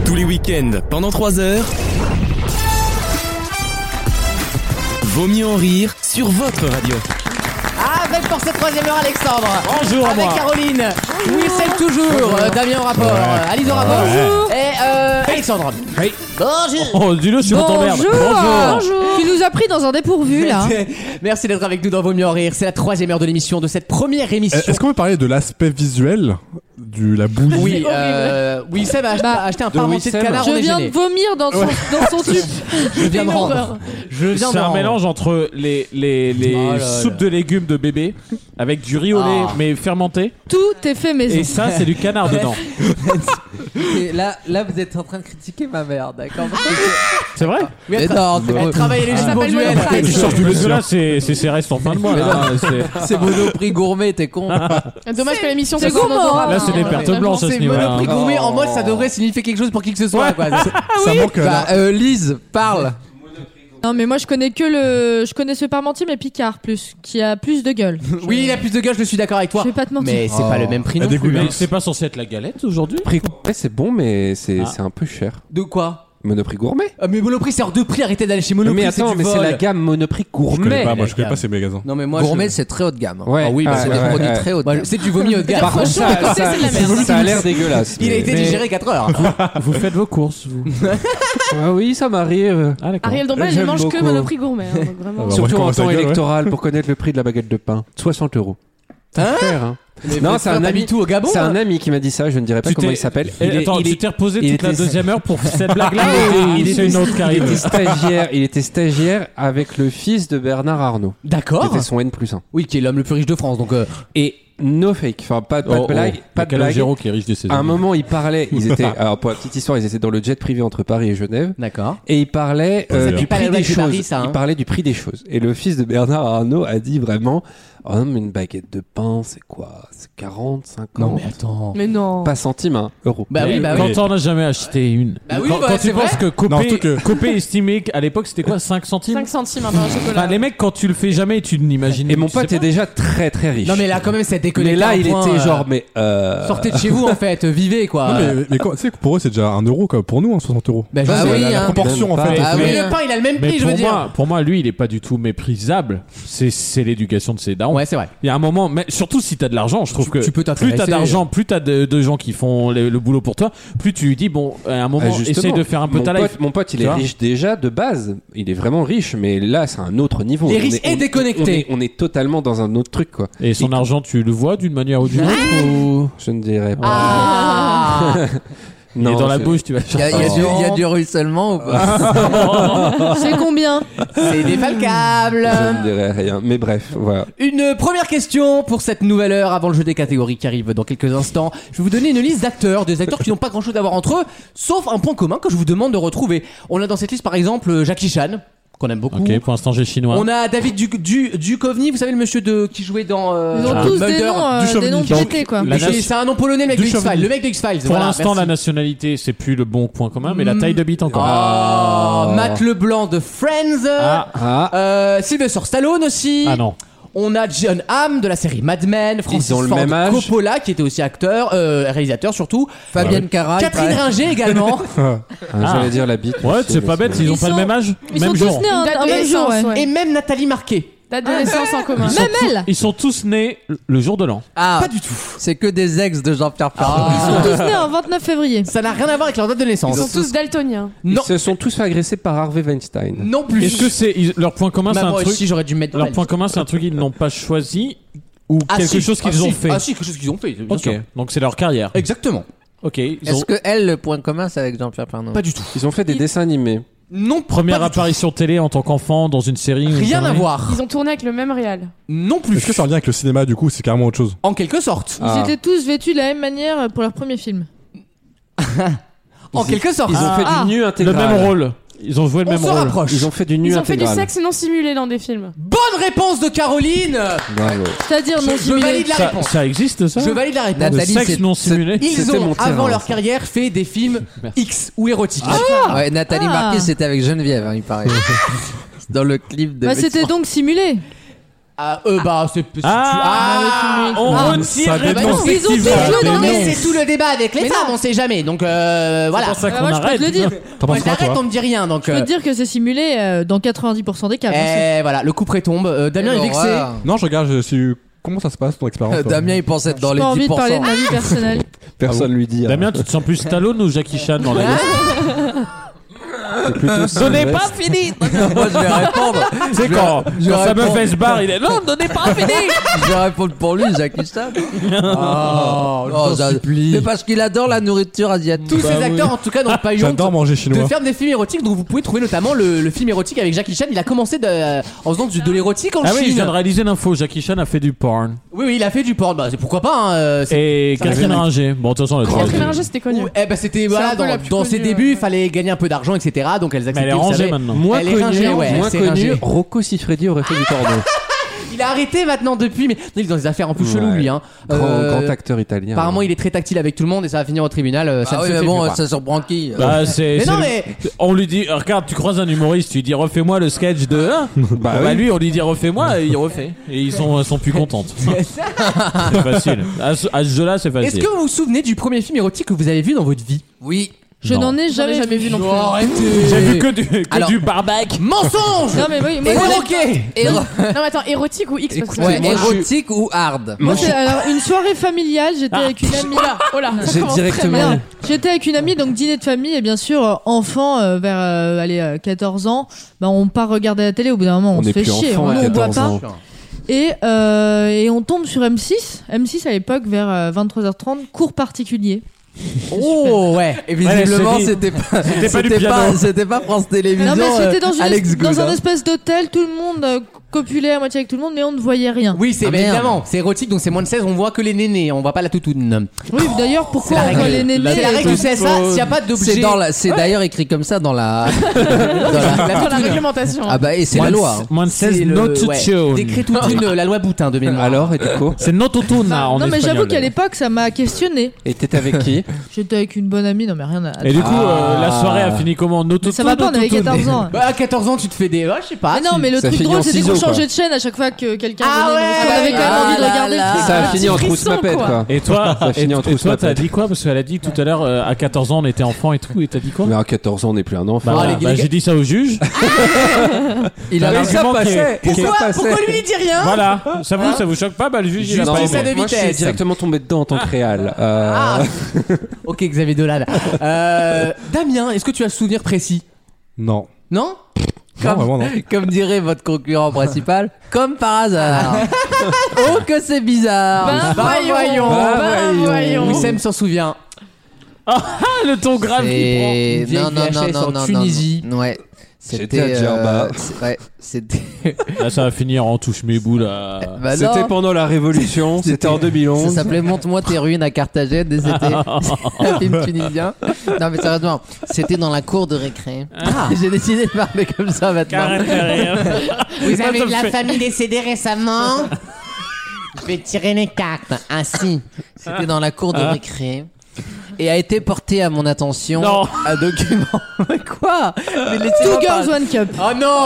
Tous les week-ends, pendant 3 heures, Vaut mieux en rire sur votre radio. Avec pour cette troisième heure Alexandre. Bonjour à avec moi. Caroline. Wissem toujours. Damien au rapport. Alice au rapport. Et Alexandre. Hey. Bonjour. Oh, dis-le sur ton merde. Bonjour. Tu nous as pris dans un dépourvu là. Merci d'être avec nous dans Vaut mieux en rire. C'est la troisième heure de l'émission, de cette première émission. Est-ce qu'on peut parler de l'aspect visuel de la bouillie? Oui, Wissem a acheté un parmentier de canard. Je viens de vomir dans son tube. Je viens de rendre. C'est un mélange entre les soupes de légumes de bébé avec du riz au lait mais fermenté. Tout est fait maison. Et ça, c'est du canard dedans. Et là, vous êtes en train de critiquer ma mère, d'accord? C'est vrai? Oui, elle travaille les jeux pour duel. Parce que là, c'est ses restes en fin de mois. Là, c'est Monoprix gourmet, t'es con. Dommage que l'émission c'est soit gourmand. Là, c'est des pertes blanches à ce C'est niveau-là. Monoprix gourmet en mode ça devrait signifier quelque chose pour qui que ce soit. Quoi. Ça manque Lise, parle. Non mais moi je connais ce parmentier mais Picard qui a plus de gueule. Oui, il a plus de gueule, je suis d'accord avec toi. Je vais pas te mentir. Mais c'est pas le même prix non plus. Mais c'est pas censé être la galette aujourd'hui? Prix gourmet, c'est bon, mais c'est un peu cher. De quoi? Monoprix gourmet. Mais Monoprix c'est hors de prix, arrêtez d'aller chez Monoprix. Mais attends, c'est la gamme Monoprix gourmet. Moi je connais pas ces magasins. Non mais moi gourmet c'est très haut de gamme. Ouais. Ah oui, c'est des produits très haut de gamme. C'est du vomi haut de gamme. Par contre, ça a l'air dégueulasse. Il a été digéré 4 heures. Vous faites vos courses, vous? Ah oui, ça m'arrive. Ah d'accord. Ariel Dombal, il mange que Monoprix gourmet. Donc vraiment. Surtout en temps électoral pour connaître le prix de la baguette de pain. 60 €. C'est cher, hein. Non, c'est un ami tout au Gabon. C'est un ami qui m'a dit ça, je ne dirais pas comment il s'appelle. Attends, tu t'es reposé toute la deuxième heure pour cette blague-là? C'est une autre qui arrive. Il était stagiaire avec le fils de Bernard Arnault. D'accord. Qui était son N+1. Oui, qui est l'homme le plus riche de France. Donc et no fake, enfin pas de blague, pas de blague. Qui est riche de ses À un moment, ils parlaient, alors pour la petite histoire, ils étaient dans le jet privé entre Paris et Genève. D'accord. Et ils parlaient du prix des choses. Paris, ça, hein. Ils parlaient du prix des choses. Et le fils de Bernard Arnault a dit vraiment, oh non, mais une baguette de pain, c'est quoi? C'est 40, 50. Non mais attends. Mais non. Pas centimes, hein, euros. Bah oui, quand on n'a jamais acheté une. Bah oui, quand tu penses que Copé estimait qu'à l'époque c'était quoi, 5 centimes? 5 centimes un pain au chocolat. Enfin, les mecs, quand tu le fais jamais, tu n'imagines. Et mon pote est déjà très très riche. Non mais là quand même c'est déconnecté. Mais là il était genre sortez de chez vous en fait, vivez quoi. Non, mais tu sais que pour eux c'est déjà 1 euro quoi, pour nous 60 €. Bah, la proportion en fait. Ah oui, le pain il a le même prix, je veux dire. Pour moi, lui, il est pas du tout méprisable. C'est l'éducation de ses darons. Ouais, c'est vrai. Il y a un moment, mais surtout si t'as de l'argent, je trouve que tu peux plus t'as d'argent, plus t'as de gens qui font le boulot pour toi, plus tu lui dis bon, à un moment, essaye de faire un peu ta life. Mon pote, il est riche déjà de base. Il est vraiment riche, mais là, c'est un autre niveau. Il est riche et déconnecté. On est totalement dans un autre truc, quoi. Et son argent, tu le vois d'une manière ou d'une autre ou... Je ne dirais pas. Ah. Non, il est dans la bouche, tu vas chercher. Il y a du ruissellement ou pas? C'est combien? C'est défalcable. Je ne dirais rien. Mais bref, voilà. Une première question pour cette nouvelle heure avant le jeu des catégories qui arrive dans quelques instants. Je vais vous donner une liste d'acteurs, des acteurs qui n'ont pas grand chose à voir entre eux, sauf un point commun que je vous demande de retrouver. On a dans cette liste par exemple Jackie Chan, qu'on aime beaucoup. Ok, pour l'instant j'ai chinois. On a David Duchovny, vous savez le monsieur qui jouait dans Ils ont tous des noms pétés quoi. C'est un nom polonais, le mec de X-Files. Le mec de X-Files. Pour l'instant la nationalité c'est plus le bon point commun, mais la taille de bite encore. Matt Leblanc de Friends. Sylvester Stallone aussi. Ah non. On a John Hamm de la série Mad Men, Francis Ils ont le Ford même âge. Coppola qui était aussi acteur, réalisateur surtout, Fabienne Cara, Catherine Ringer également, J'allais dire la bite. Ouais, c'est pas bête, ils ont pas le même âge, Ils même sont jour. tous nés un même jour, ouais. et même Nathalie Marquet. Date de naissance en commun. Même elle. Ils sont tous nés le jour de l'an. Ah, Pas du tout. c'est que des ex de Jean-Pierre Pernaut. Ils sont tous nés un 29 février. Ça n'a rien à voir avec leur date de naissance. Ils sont tous daltoniens. Non. Ils se sont tous fait agresser par Harvey Weinstein. Non plus. Est-ce que c'est leur point commun, c'est un moi truc aussi j'aurais dû mettre leur point commun, c'est un truc qu'ils n'ont pas choisi ou quelque chose qu'ils ont fait. Ah si, quelque chose qu'ils ont fait. Bien Ok, sûr. donc c'est leur carrière. Exactement. Ok. Est-ce que elle, le point commun, c'est avec Jean-Pierre Pernaut? Pas du tout. Ils ont fait des dessins animés. Non. Première pas du tout. apparition télé en tant qu'enfant dans une série. Rien à voir. Ils ont tourné avec le même réal. Non plus. Est-ce que ça revient avec le cinéma du coup? C'est carrément autre chose. En quelque sorte. Ils étaient tous vêtus de la même manière pour leur premier film. En quelque sorte. Ils ont fait du nu Le intégral. même rôle. Ils ont joué le On même se rôle. rapproche. Ils ont fait du nu Ils ont fait intégral. du sexe non simulé dans des films. Bonne réponse de Caroline. Bravo. C'est-à-dire non Je simulé. valide la réponse. Ça existe ça? Je valide la réponse. Le Nathalie, sexe c'est- non simulé. Ils C'était ont, mon terrain, avant leur ça. carrière, fait des films X ou érotiques. Ouais, Nathalie Ah. Marquez, c'était avec Geneviève, hein, il paraît. Dans le clip de. Bah c'était donc simulé. On retire ça dépend. rétrospectivement. Mais c'est tout le débat avec les femmes, on sait jamais. Donc voilà. C'est pour ça qu'on Moi, je peux arrête. te le dire. T'en Moi penses quoi, j'arrête, toi on me dit rien. Donc Je peux te dire que c'est simulé dans 90% des cas. bien sûr. voilà, le coup près tombe. Damien est vexé. Voilà. Non, je regarde, comment ça se passe ton expérience toi Damien, il pensait être dans J'ai les pas envie de parler de 10%. ma vie personnelle. Personne lui dit. Damien, tu te sens plus Stallone ou Jackie Chan dans la liste? c'est plutôt Ce n'est pas fini. Moi, je vais répondre. Tu sais quand je sa réponds. meuf elle se barre, il est non, ne n'est pas fini. Je vais répondre pour lui, Jackie Chan. Oh, Mais parce qu'il adore la nourriture asiatique. tous ces acteurs en tout cas n'ont pas eu honte J'adore manger de chinois. faire des films érotiques, donc vous pouvez trouver notamment le film érotique avec Jackie Chan. Il a commencé en faisant de l'érotique en Ah oui, je Chine. viens de réaliser l'info. Jackie Chan a fait du porn. Oui, il a fait du porn. Bah, c'est pourquoi pas. Et ça Catherine reste- Ringer. Bon, de toute façon, elle est Catherine très- Ringer, c'était connu. C'était C'est voilà, un peu la plus dans ses connue, débuts, il ouais. fallait gagner un peu d'argent, etc. Donc elles Mais acceptaient. elle est vous rangée savez. maintenant. Moins Elle est connu, ringée, ouais, moins c'est connu. ringé. Rocco Siffredi aurait fait du porno. Il a arrêté maintenant depuis, mais il est dans des affaires un peu cheloues Ouais. lui. Hein. Grand acteur italien. Apparemment, il est très tactile avec tout le monde et ça va finir au tribunal. Ça Ah ne oui, se mais fait bon, plus, quoi. ça surprend qui Bah, c'est. Mais c'est non, le- mais On lui dit, regarde, tu croises un humoriste, tu lui dis refais-moi le sketch de. Bah Bah, oui. lui, on lui dit refais-moi et il refait. Et ils sont plus contentes. C'est facile. À ce jeu-là, c'est facile. est-ce que vous vous souvenez du premier film érotique que vous avez vu dans votre vie? Oui. Je Non. n'en ai jamais vu non plus. J'ai vu que Alors- du barbac. Mensonge. Non mais oui, moi, Éroqué. Non mais attends, érotique ou X parce que Ouais, moi, je suis- érotique ou hard. moi, c'est alors, une soirée familiale, j'étais avec une amie. Oh là, ça J'ai commence très directement. bien. Non, j'étais avec une amie, donc dîner de famille, et bien sûr, enfant, vers allez, 14 ans, bah, on part regarder la télé, au bout d'un moment, on se n'est fait plus chier, enfant on à boit 14 pas. ans. Et on tombe sur M6 à l'époque, vers 23h30, cours particulier. Oh ouais. Et visiblement, Ouais, c'était pas, C'était pas du piano. c'était pas France Télévisions. Non, mais c'était Alex dans Good, un hein. espèce d'hôtel, tout le monde copulait à moitié avec tout le monde, mais on ne voyait rien. Oui, c'est Ah, merde. évidemment, c'est érotique, donc c'est moins de 16, on voit que les nénés, on voit pas la toutoune. Oui, d'ailleurs, pourquoi C'est la on voit règle. les nénés C'est la règle du CSA, s'il n'y a pas d'objet. C'est d'ailleurs écrit comme ça dans la. Dans la réglementation. Ah bah, et c'est la loi. hein. Moins de 16, not to tune. Décret toutoune, la loi Boutin de mémoire. Alors, et du coup C'est not to tune en Non, mais espagnol. j'avoue qu'à l'époque, ça m'a questionné. Et t'étais avec qui J'étais avec une bonne amie, non, mais rien à. Et du coup, Ah. la soirée a fini comment? Not to Mais ça tune, va pas, on not to avait tune. 14 ans. Bah, à 14 ans, tu te fais des. Je sais pas. Mais non, mais le Ça truc finit drôle, en c'était qu'on ciseaux, quoi. changeait de chaîne à chaque fois que quelqu'un Ah venait. ouais, Donc, on avait quand même envie de regarder le truc. Ça a fini en frisson, trousse papette, quoi. quoi. Et toi, Ça finit en et trousse toi, t'as papette. dit quoi? Parce qu'elle a dit tout à l'heure, à 14 ans, on était enfant et tout, et t'as dit quoi? Mais à 14 ans, on n'est plus un enfant. Bah, voilà, les gars- bah, j'ai dit ça au juge. Il a a un argument qui est- Pourquoi lui il dit rien? Voilà. Ça vous choque pas? Bah, le juge, il a Juste pas ça aimé. de moi, je suis vitesse. directement tombé dedans en tant que réal. Ok, Xavier Dolan. Damien, est-ce que tu as un souvenir précis? Non. Non? Non, vraiment, non. Comme dirait votre concurrent principal, comme par hasard. Oh, que c'est bizarre. Ben voyons. Bah, Ben voyons. voyons. Wissem s'en souvient. Ah, le ton grave qu'il prend. Et... Une vieille Non, non, non, VHS non, en non, Tunisie. non. Ouais. J'étais à Djerba. Ouais, c'était. Là, ça va finir en touche mes boules là. Bah C'était non. pendant la Révolution, c'était en Ça 2011. s'appelait Montre-moi tes ruines à Carthagène et c'était un film tunisien. Non mais sérieusement, c'était dans la cour de récré. J'ai décidé de parler comme ça maintenant. Arrête de rire. Vous avez de la famille décédée récemment? Je vais tirer les cartes. Ainsi, c'était dans la cour de récré. Et a été porté à mon attention Non. un document. Quoi? Mais Two laissez-moi Girls parler. One Cup. Oh non!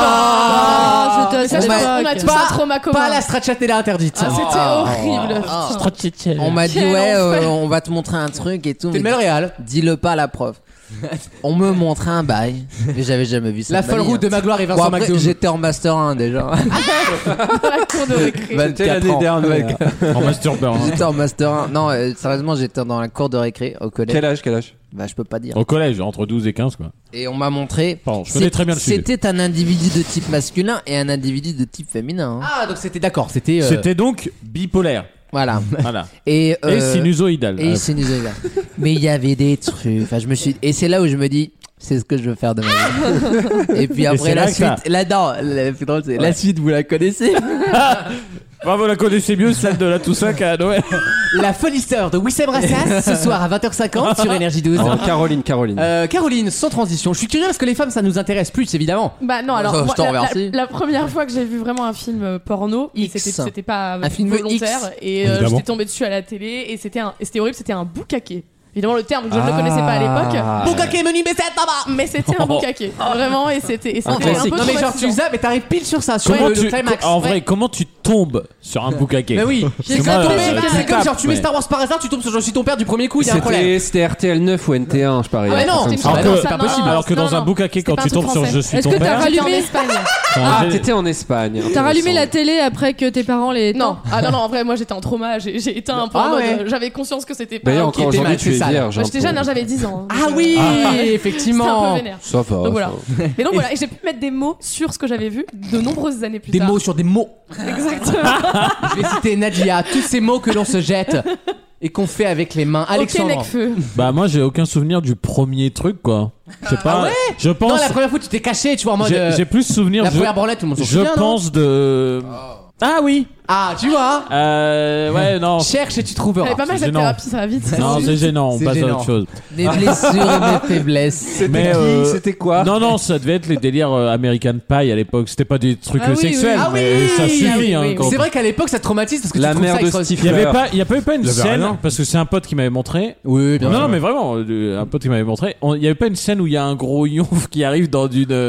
Ah, c'était à Ça, cette je pense qu'on a époque. tous un trauma commun. Pas la stracciatella interdite. Ah, c'était horrible. Ah. putain. On m'a dit Quel ouais, enfer. on va te montrer un truc et tout. T'es le mais même réal. dis-le pas à la prof. On me montrait un bail, mais j'avais jamais vu ça. La de ma folle vie, route de hein. Magloire et Bon, Vincent après, McDo. j'étais en master 1 déjà. Dans la cour de récré. C'était 24 l'année ans. dernière. En masturbant. J'étais en master 1. Non, sérieusement, j'étais dans la cour de récré au collège. Quel âge Bah, je peux pas dire. Au collège, entre 12 et 15, quoi. Et on m'a montré. Pardon, je connais très bien le sujet. C'était un individu de type masculin et un individu de type féminin. hein. Ah, donc c'était d'accord, c'était. C'était donc bipolaire. Voilà. Voilà. Et, Et sinusoïdal. Et sinusoïdal. Mais il y avait des trucs. Enfin, je me suis. Et c'est là où je me dis. C'est ce que je veux faire de ma vie. Et puis après c'est là la que ça- suite, là-dedans, le plus drôle c'est la suite, vous la connaissez. Bah, vous la connaissez mieux, celle de la Toussaint qu'à Noël. La folle histoire de Wissem Rassas ce soir à 20h50 sur Énergie 12. Oh, Caroline. Caroline, sans transition. Je suis curieux parce que les femmes ça nous intéresse plus évidemment. Bah non, alors Je moi, t'en remercie. la première fois que j'ai vu vraiment un film porno, et X. c'était pas Un film volontaire X. et Évidemment. j'étais tombée dessus à la télé et c'était horrible, c'était un boucaquet. évidemment le terme que je ne connaissais pas à l'époque. Bukake menu B7 tabac. Mais c'était un bukake, vraiment, et c'était un peu Non mais genre tu traumatisant. zappes et t'arrives pile sur ça, sur Comment le tu, climax. en vrai, comment tu tombes sur un bukake? Mais oui, J'ai c'est ça comme, tombé, c'est comme genre tu mets mais- Star Wars par hasard, tu tombes sur Je suis ton père du premier coup, il y a un problème. C'était RTL 9 ou NT1, je parie. Ah ouais, non, C'était une Alors chanson, que- ça, pas non, possible. Alors que non, dans un non. bukake, quand C'était pas tu un tombes truc sur français. Je suis Est-ce ton que t'as père. J'étais en rallumé Espagne. Ah, t'étais en Espagne. T'as rallumé la Intéressant. télé après que tes parents les. Non, non, en vrai, moi j'étais en trauma, j'ai éteint un peu en Ah mode, ouais. j'avais conscience que c'était pas. D'ailleurs, ok. encore t'es aujourd'hui, mal, tu es c'est sale. vierge. Moi j'étais jeune, hein, j'avais 10 ans. Ah donc, oui, c'était un effectivement. peu vénère. Ça va. Donc voilà. ça va. Et donc voilà, et j'ai pu mettre des mots sur ce que j'avais vu de nombreuses années plus Des tard. mots sur des mots. Exactement. Je vais citer Nadia, tous ces mots que l'on se jette et qu'on fait avec les mains. Ok, Alexandre. Necfeu. Bah moi j'ai aucun souvenir du premier truc quoi. Je sais pas. Je pense. Non, la première fois tu t'es caché, tu vois en mode. J'ai plus souvenir. la je- première branlette, tout le monde s'en Je souvient, non pense de. Ah oui. Ah, tu vois. Ouais non. Cherche et tu trouveras. Elle est pas mal C'est cette gênant. thérapie, ça va vite. Non c'est gênant. On C'est passe à gênant. autre chose. Des blessures et des faiblesses. Mais C'était quoi non non ça devait être les délires American Pie à l'époque. C'était pas des trucs Ah oui, sexuels oui. Ah mais oui, ça suffit ah oui, hein. oui, quand- C'est vrai qu'à l'époque ça te traumatise parce que La tu trouves mère ça de extra- Stifler. Il y avait pas une Il y avait scène rien. parce que c'est un pote qui m'avait montré. Oui, bien Non, sûr. mais vraiment, un pote qui m'avait montré. Il y avait pas une scène où il y a un gros yonf qui arrive dans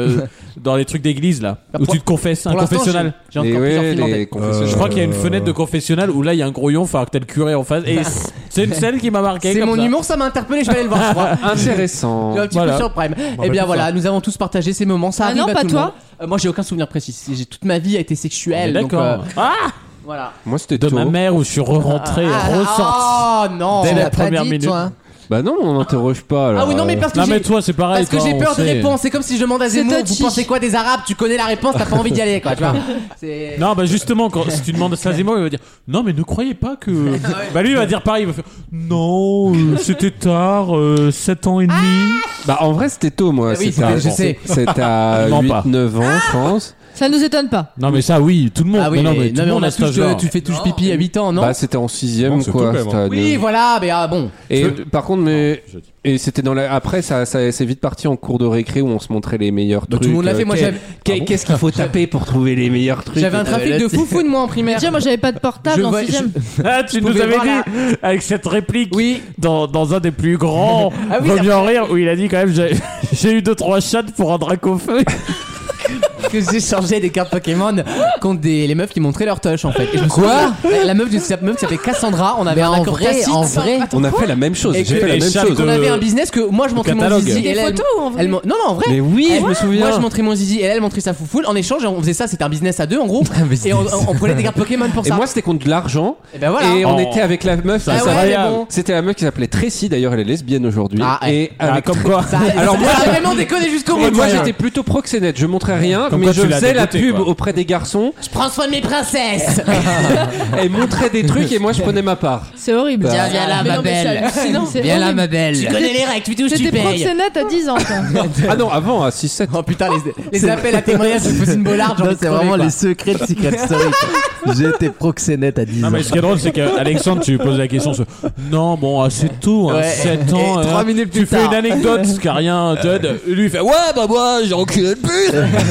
dans les trucs d'église là, Bah, où pour- tu te confesses, un Pour l'instant, confessionnal. J'ai encore plusieurs films en tête. confessionnels. Je crois qu'il y a une fenêtre de confessionnal où là il y a un gros yonf alors que t'as le curé en face. Et c'est une scène qui m'a marqué. C'est comme mon ça. humour, ça m'a interpellé, je vais aller le voir, je crois. Intéressant. J'ai un petit Voilà. peu sur Prime. Bon, Eh bah, bien tout voilà, nous avons tous partagé ces moments. Ça Ah arrive non, à pas tout le toi. monde. Moi j'ai aucun souvenir précis. Toute ma vie a été On est sexuelle. donc, D'accord. voilà. Moi, c'était De tôt. ma mère où je suis re-rentré, ressorti. Oh non. Dès Tu la l'as pas première dit, minute. toi. Bah non, on n'interroge pas. Là. Ah oui, non, mais parce que Non mais j'ai. toi c'est pareil. Parce que toi, j'ai on peur de sait. réponse. C'est comme si je demande à C'est Zemmour, vous touchy. pensez quoi des Arabes? Tu connais la réponse, t'as pas envie d'y aller, quoi. Tu vois. C'est. Non bah justement quand si tu demandes ça à Zemmour il va dire non mais ne croyez pas que bah lui il va dire pareil il va faire non c'était tard 7 ans et demi. Bah en vrai, c'était tôt, moi. Ah oui, C'était à- je sais. C'était à Non, pas. 8-9 ans, je pense. Ça nous étonne pas. Non mais ça oui tout le monde Ah oui, mais non mais tout le on monde a à cet tous. âge-là. Tu fais touche pipi à 8 ans, non? Bah c'était en 6ème, Non, c'est tôt, quoi. quand même, C'était à Oui, neuf. voilà, mais bon. Et par contre, et c'était dans la. Après, ça c'est vite parti en cours de récré où on se montrait les meilleurs Bah, trucs. tout le monde l'a fait. Moi, Qu'est-ce qu'il faut taper pour trouver les meilleurs trucs j'avais un trafic de foufoune, moi, en primaire. Tiens, moi j'avais pas de portable Je en vois- 6ème. Ah, tu nous pouvais avais voir dit avec cette réplique Oui. dans un des plus grands Ah oui, Vaut mieux en rire où il a dit quand même j'ai eu 2-3 shots pour un drac au feu. Que j'échangeais des cartes Pokémon contre les meufs qui montraient leur touch en fait. Et je me souviens, la meuf qui s'appelait Cassandra, on avait Mais un en accord vrai, tacite. en vrai. On a fait la même chose. Et J'ai que fait la les même chats chose. de- On avait un business que moi je montrais mon catalogue. zizi Des et elle, photos en vrai. elle non non en vrai. Mais oui, je me souviens. Moi je montrais mon zizi et elle montrait sa foufoule. En échange on faisait ça, c'était un business à deux en gros. Et on prenait des cartes Pokémon pour Et ça. moi, c'était contre de l'argent. Et ben voilà. Et on Oh. était avec la meuf. Ah qui ouais, s'appelait- mais bon. C'était la meuf qui s'appelait Tracy. D'ailleurs, elle est lesbienne aujourd'hui. Ah, ouais. Et Ah, avec comme quoi. Alors moi j'ai vraiment déconné jusqu'au bout. Et moi Voilà. j'étais plutôt proxénète, je montrais rien, Comme mais quoi, je tu l'as faisais la dégoûté, pub quoi. auprès des garçons, Je prends soin de mes princesses. elle montrait des trucs et moi je prenais ma part. C'est horrible. Viens, viens là, Mais ma non, mais c'est belle. hallucinant. C'est Viens là, horrible. ma belle. Tu connais les règles, tu touches, tu J'étais payes. proxénète à 10 ans. toi. Ah non, avant à 6-7. Oh putain les appels à témoignages de Faustine Bollard. Non, c'est vraiment les secrets de Secret Story. J'étais proxénète à 10 Non ans. mais ce qui est drôle c'est qu'Alexandre tu lui poses la question non bon assez tôt hein, Ouais. 7 ans Et 3 hein, minutes tu plus fais tard. une anecdote qui a rien Ted et lui il fait ouais bah moi j'ai enculé le pute.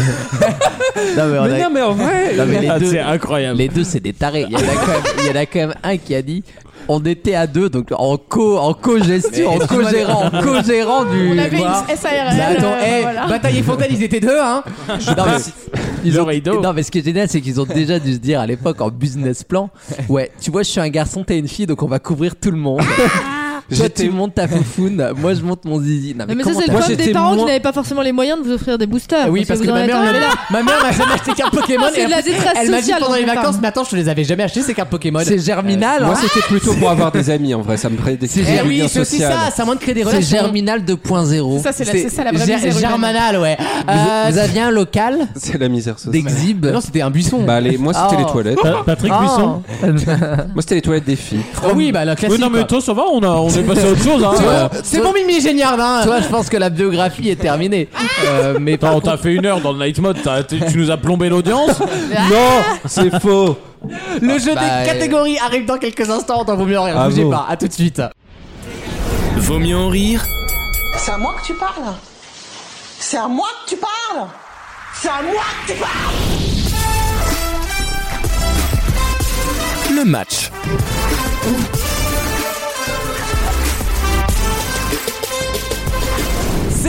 Non, mais on Mais a- non, mais en vrai. Non, mais les Ah, deux, c'est incroyable. les deux, c'est des tarés. Il y en a quand même un qui a dit. On était à deux, donc en co-gestion, en co-gérant du. On avait Quoi une SARL. Bah attends, voilà. Bataille et Fontaine ils étaient deux hein. Non, mais Le rideau. non, mais ce qui est génial, c'est qu'ils ont déjà dû se dire à l'époque en business plan. Ouais, tu vois, je suis un garçon, t'es une fille, donc on va couvrir tout le monde. Toi, tu montes ta foufoune, moi je monte mon zizi. Non, Non, mais ça, comment c'est le t'as- problème des j'étais parents qui moins- n'avaient pas forcément les moyens de vous offrir des boosters. Oui parce que vous en ma êtes mère arrivé là. m'a jamais acheté de cartes Pokémon. C'est et de la après, détresse elle m'a dit sociale pendant les dont on vacances parle. mais attends je te les avais jamais acheté ces cartes Pokémon. C'est germinal, Moi hein. c'était plutôt pour avoir des amis en vrai, ça me ferait des C'est Eh du oui lien c'est aussi social. ça, c'est à moins de créer des C'est relations. germinal 2.0. Ça, c'est ça la vraie misère humaine. Germanal ouais. Vous aviez un local C'est la misère sociale. d'exhib. Non c'était un buisson. Bah moi c'était Oh. les toilettes. Patrick Oh. Buisson. Moi c'était les toilettes des filles. Ah oui bah la classique. Oui non mais toi ça va on est passé à autre chose hein. C'est bon Mimi Géniard hein. Toi, je pense que la biographie est terminée. Mais Attends, on t'a fait 1 heure dans le night mode, tu nous as plombé l'audience. Non, c'est faux. Le jeu Bah, des catégories arrive dans quelques instants dans Vaut mieux en rire. Ah Bougez bon. pas, à tout de suite. Vaut mieux en rire C'est à moi que tu parles. C'est à moi que tu parles. C'est à moi que tu parles. le match.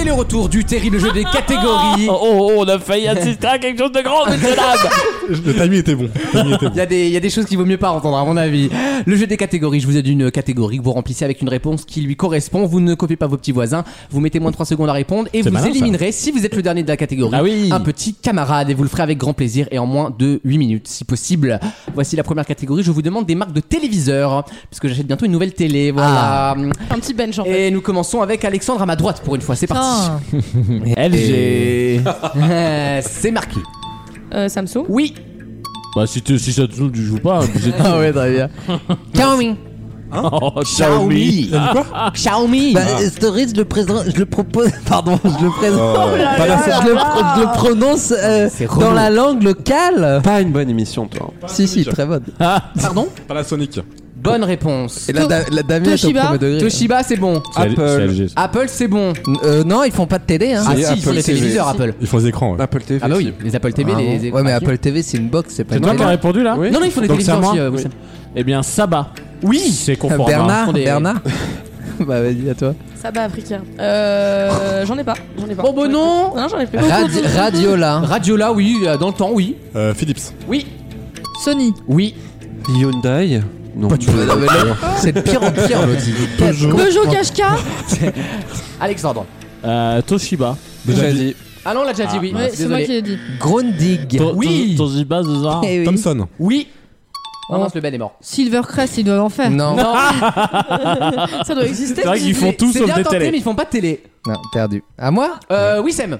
le retour du terrible jeu des catégories. On a failli assister à quelque chose de grand, messieurs dames. Le timing était bon. Il y a des choses qu'il vaut mieux pas entendre, à mon avis. Le jeu des catégories, je vous ai dit une catégorie que vous remplissez avec une réponse qui lui correspond. Vous ne copiez pas vos petits voisins. Vous mettez moins de 3 secondes à répondre et C'est vous malin, éliminerez, si vous êtes le dernier de la catégorie, Ah oui. un petit camarade. Et vous le ferez avec grand plaisir et en moins de 8 minutes, si possible. Voici la première catégorie. Je vous demande des marques de téléviseurs, puisque j'achète bientôt une nouvelle télé. Voilà. Un petit bench en fait. Et nous commençons avec Alexandre à ma droite pour une fois. C'est parti. LG. C'est marqué. Samsung. Oui. Bah si ça te saoule, tu joues pas. Ah ouais, très bien. Xiaomi. Oh, Xiaomi. Xiaomi. Bah, Stories, je le propose. Pardon, je le présente. Je le prononce C'est dans relou. la langue locale. Pas une bonne émission, toi. Si, très bonne. Pardon. Panasonic. Bonne réponse. Et la Damien est au Toshiba. premier degré. Toshiba, c'est bon. Apple. Apple, c'est bon. Non, ils font pas de télé, hein. Ah Si, si, ils font Apple les TV. téléviseurs Apple. Ils font les écrans, ouais. Apple TV. Ah bah oui, aussi. les Apple TV, Ah les bon. Ouais, mais Apple TV, c'est une box, c'est pas C'est une toi qui télé. as répondu là Oui. Non, non, ils font des Donc c'est à téléviseurs moi aussi. Wissem. Eh bien, Saba. Oui. C'est conforme. Bernard, Font des- Bernard. Bah vas-y, à toi. Saba africain. J'en ai pas. Bon, bon, non. Non, j'en ai plus. Radiola. Radiola, oui, dans le temps, oui. Philips. Oui. Sony. Oui. Hyundai. Non. Pas du tout. C'est de pire en pire, l'autre. Peugeot Kashka. Alexandre. Toshiba. Déjà dit. Ah non, on l'a déjà dit, oui. Ouais, c'est moi Désolé. qui l'ai dit. Grundig. Oui. Toshiba, c'est ça. Eh oui. Thomson. Oui. Oh mince, le Ben est mort. Silvercrest, ils doivent en faire. Non, Non, Ça doit exister. C'est vrai qu'ils font tout c'est sauf bien des tenté, mais télés. ils font pas de télé. non, perdu. À moi Wissem.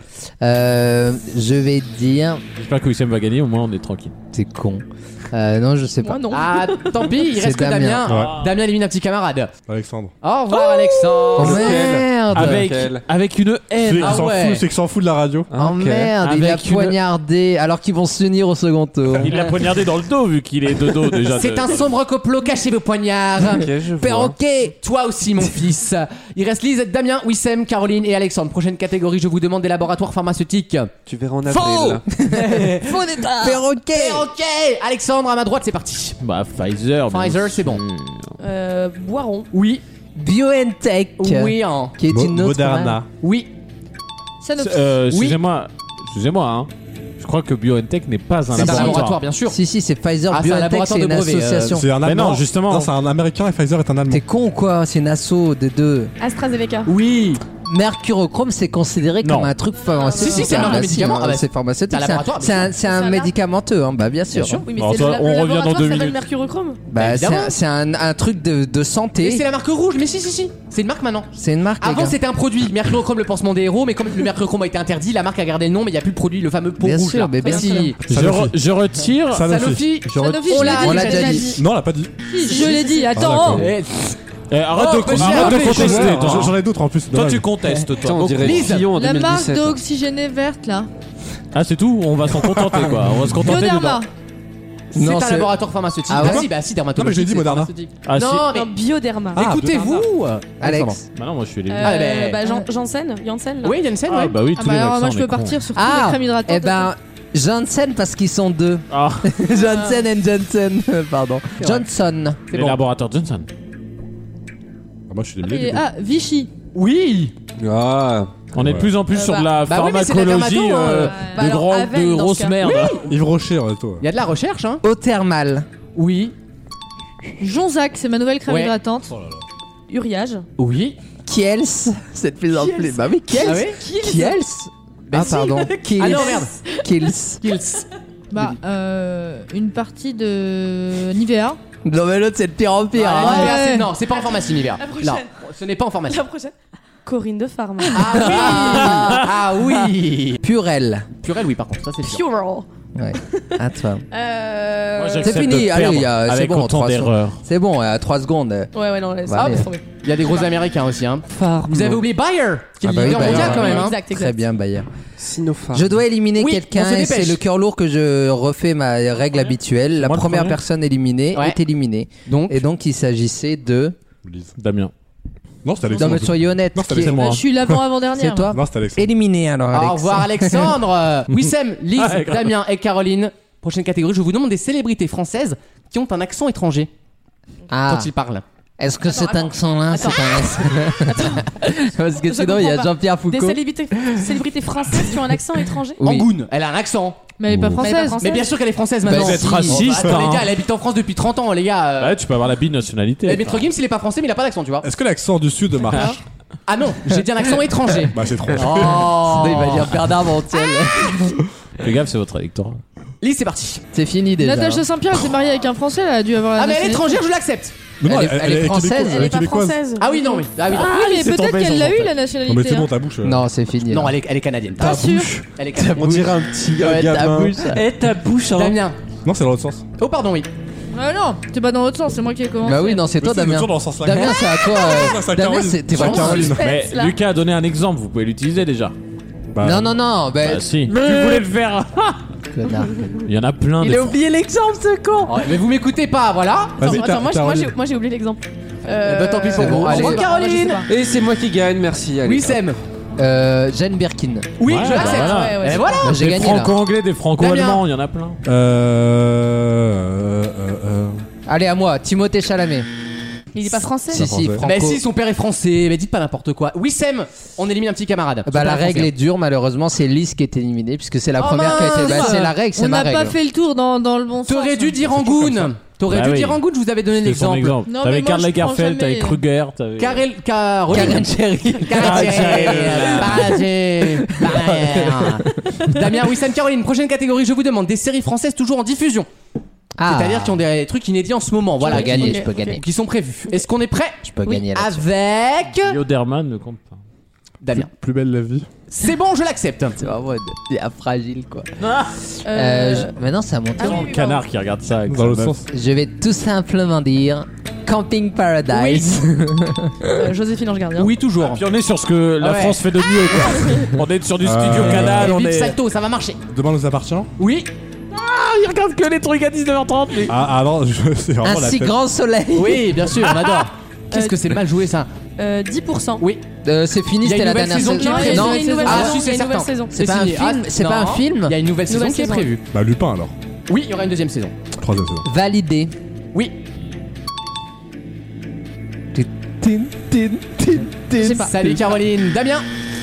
Je vais dire. J'espère que Wissem va gagner, au moins on est tranquille. C'est con. Non, je sais pas. Moi non. Ah, tant pis, il C'est reste que Damien. Damien. Ouais. Damien élimine un petit camarade. Alexandre. Au revoir, Alexandre. Oh merde. Avec une haine. Ah ouais. C'est qu'il s'en fout de la radio. Oh merde, il a Avec une- poignardé alors qu'ils vont s'unir au second tour. Il l'a poignardé dans le dos vu qu'il est de dos déjà. C'est un sombre complot, cachez vos poignards. Perroquet, toi aussi mon fils. Il reste Lise, Damien, Wissem, Caroline et Alexandre. Prochaine catégorie, je vous demande des laboratoires pharmaceutiques. Tu verras en Faux. avril. Faux d'état. Perroquet. Perroquet. Alexandre à ma droite, c'est parti. Bah Pfizer. bien Pfizer, c'est sûr. bon. Boiron. Oui. BioNTech. Oui. Hein. Qui est une autre. Moderna. Oui. Sanofi. Excusez-moi, hein. Je crois que BioNTech n'est pas un C'est un laboratoire. laboratoire, bien sûr. Si, c'est Pfizer. Ah, c'est un BioNTech, laboratoire c'est de une brevet, association. C'est un Mais allemand. non, justement. Non, c'est un américain et Pfizer est un allemand. T'es con ou quoi? C'est une asso des deux. AstraZeneca. Oui. Mercurochrome, c'est considéré Non. comme un truc pharmaceutique. Si, c'est un Ah, bah, médicament. si, Ah, bah, c'est pharmaceutique. c'est un laboratoire, C'est un C'est un médicamenteux, hein, bah bien sûr. sûr. Oui, mais Bon, c'est toi, le on revient dans laboratoire 2 s'appelle minutes. Mercurochrome. Bah, évidemment. c'est un truc de Mais santé. c'est la marque rouge, mais si. C'est une marque maintenant. C'est une marque. les Avant gars. c'était un produit, Mercurochrome, le pansement des héros, mais comme le Mercurochrome a été interdit, la marque a gardé le nom, mais il n'y a plus le produit, le fameux pot Bien rouge sûr, là. mais bien Si. Je retire. Sanofi. Sanofi, Oh là, je on l'ai l'a dit, déjà j'ai dit. Non, on l'a pas dit. Je l'ai dit, attends. d'accord. Eh, Arrête Oh, de monsieur, arrête de arrête, contester, joueur. toi. J'en ai d'autres en plus. Toi, dommage. tu contestes, Putain, toi. on dirait Lise. Fillon en La marque 2017. d'eau oxygénée verte là. Ah, c'est tout. On va s'en contenter, quoi. On va se contenter Bioderma. dedans. C'est Non, un c'est- laboratoire pharmaceutique. Ah Ah, ouais si, bah si, dermatologique. Non, mais je l'ai dit, c'est Moderna. pharmaceutique. Ah, Non, si. mais Un Bioderma. écoutez-vous. Alex. Bah non, moi je suis les. Ah, ben- Janssen là. Oui, Janssen, Ah, ouais. bah oui, Ah tous bah les alors vaccins. moi je on peux est cons. partir sur tous Ah, les crèmes hydratantes. Eh ben, Janssen parce qu'ils sont deux. Ah, Janssen and Janssen. Pardon. C'est vrai. Johnson. C'est les bon. laboratoires Johnson. Ah, moi, je suis Et- éliminé. du coup. ah, Vichy. Oui. Ah, On est de plus en plus sur de la bah oui, mais c'est de la pharmacologie dermato, de Bah alors, Aven, dans ce grosses cas. merdes. Yves Rocher, en tout. Il y a de la recherche, hein. Eau thermale. Oui. Jonzac, c'est ma nouvelle crème Ouais. hydratante. Uriage. Oui. Kiels. C'est de plus en plus. Bah oui, Kiels. Ah oui. Kiels. Bah Ah, si. pardon. Kiels. Ah non, merde. Kiels. Skills. Bah, une partie de Nivea. Non, mais l'autre, c'est de pire en pire. Ah, hein. Nivea, c'est- non, c'est pas en pharmacie, Nivea. La prochaine. Non, ce n'est pas en pharmacie. La prochaine. Corinne de Pharma. Ah oui. Purel. Purel, oui, par contre, ça c'est sûr. Pural. Ouais. À toi. Moi, C'est j'accepte fini, de allez, perdre c'est avec bon, autant 3 d'erreurs. C'est bon, à 3 secondes. Ouais, non, laisse. Bah, Ah, allez. laisse tomber. Il y a des gros américains aussi, hein. Vous avez oublié Bayer, qui est Ah le bah oui, leader Bayer, mondial ouais. quand même, hein. Exact, Très exact. bien, Bayer. Sinopharm. Je dois éliminer Oui, quelqu'un on se et dépêche. c'est le cœur lourd que je refais ma règle habituelle. La Moi, le première premier. personne éliminée Ouais. est éliminée. Donc, Et donc il s'agissait de... Lise. Damien. Non, c'était Non Alexandre. mais soyez honnête. Non, c'était qui est- Alexandre. Je suis l'avant-avant-dernière. C'est toi Non, c'était Alexandre. Éliminé alors Alex. au revoir Alexandre. Wissem, Lise, Ouais, grave. Damien et Caroline. Prochaine catégorie, je vous demande des célébrités françaises qui ont un accent étranger Ah, quand ils parlent. Est-ce que cet Attends. accent-là, c'est un accent Parce que Je sinon, il y a comprends pas. Jean-Pierre Des Foucault. célébrités françaises qui ont un accent étranger. Oui. Angoune, elle a un accent. Mais elle est pas Mais elle est française. pas Mais bien sûr qu'elle est française Bah, maintenant. vous êtes raciste, Attends, hein. les gars, elle habite en France depuis 30 ans, les gars. Ouais, tu peux avoir la binationalité. Eh, Maître Gims, il est pas français, mais il a pas d'accent, tu vois. Est-ce que l'accent du sud marche? Ah non, j'ai dit un accent étranger. Bah, c'est trop. Oh. Sinon, il va dire Bernard Montiel. Fais gaffe, c'est votre électorat. Lise, c'est parti. C'est fini déjà. Natacha Saint-Pierre elle s'est mariée avec un français, elle a dû avoir la Ah, mais elle est nationalité. étrangère, je l'accepte. Mais non, Elle est française. Elle est pas québécoise. française. Ah oui, non, oui. Ah oui, non. Ah, mais c'est peut-être tombé qu'elle sur l'a eu Jean-Pierre. la Non, nationalité. mais c'est bon, hein. ta bouche. Non, c'est fini. Non, là. elle est canadienne. Pas sûr. Elle est canadienne. On dirait un petit Ouais, ta gamin. bouche. Eh, ta bouche, hein. Damien. Non, c'est dans l'autre sens. Oh, pardon, oui. Ah non, t'es pas dans l'autre sens, c'est moi qui ai commencé. Bah oui, non, c'est toi, Mais c'est Damien. toujours dans le sens là. Damien, c'est à toi. C'est Damien, Caroline. t'es C'est vraiment. Caroline. Mais là. Lucas a donné un exemple, vous pouvez l'utiliser déjà. Bah, Non, bah. Ah si. Tu voulais le faire. Connard. Il y en a plein. Il des a oublié l'exemple, ce con. Oh, mais vous m'écoutez pas, voilà. Vas-y, Attends, moi Caroline. j'ai oublié l'exemple. Bah, tant pis pour c'est bon, vous. allez. Au revoir, Caroline. Et c'est moi qui gagne, merci. Allez. Oui, Sam. Jane Birkin. Oui, Ouais, je bah l'accepte. voilà. Et voilà. Bah, j'ai Des gagné là. franco-anglais, des franco-allemands, il y en a plein. Allez, à moi, Timothée Chalamet. Il est pas français. Si, si, français. franco. Mais si, son père est français. Mais dites pas n'importe quoi. Oui, Sam. On élimine un petit camarade. Son Bah, père la est règle français. est dure, malheureusement, c'est Lys qui est éliminée, puisque c'est la Oh première qui a été. mince. Bah, c'est la règle, c'est On ma n'a pas règle. fait le tour dans le bon sens. T'aurais dû dire Angoune. T'aurais Bah dû oui. dire Angoune, je vous avais donné C'est son l'exemple. exemple. Non, T'avais mais moi, Karl je prends Lagerfeld, t'avais jamais. Kruger, t'avais. Caroline. Karen Cherry. Damien, Wissam, Caroline, prochaine catégorie, je vous demande des séries françaises toujours en diffusion. Ah, C'est-à-dire qui ont des trucs inédits en ce moment, voilà, je peux gagner, qui, je peux gagner. qui sont prévus. Est-ce qu'on est prêt? Je peux gagner là. Avec Yoderman ne compte pas. Damien. Plus belle la vie. C'est bon, je l'accepte. C'est vraiment fragile, quoi. Euh, Maintenant, c'est à mon Ah tour. oui, Le canard qui regarde ça avec Dans sa l'autre meuf. sens. Je vais tout simplement dire Camping Paradise. Joséphine Ange Gardien. Oui, toujours. Puis on est sur ce que la Ah ouais. France fait de mieux, quoi. On est sur du studio Canal, Et on vive est. Salto, ça va marcher. Demain nous appartient. Oui. Il regarde que les trucs à 19h30, mais. Ah non, c'est vraiment Un la si tête. grand soleil. Oui, bien sûr, on adore. Qu'est-ce que c'est mal joué ça? 10%. Oui. C'est fini, Il y a c'était une la nouvelle dernière saison qui saison. est Non, prévue. il y a une nouvelle Ah, saison. si, Il y a c'est une nouvelle certain. saison. C'est pas un signé. film, Ah, c'est pas un non. film. Il y a une nouvelle saison qui est saison. prévue. Bah Lupin alors. Oui, il y aura une deuxième saison. Troisième saison. Validé. Oui. Je sais pas. Salut Caroline. Damien.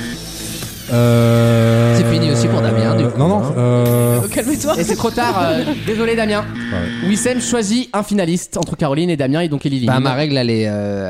C'est fini aussi pour Damien, du coup, Non, non. hein. Calme-toi. Et c'est trop tard. Désolé Damien. Wissem choisit un finaliste entre Caroline et Damien et donc il élimine. Bah, ma règle, elle est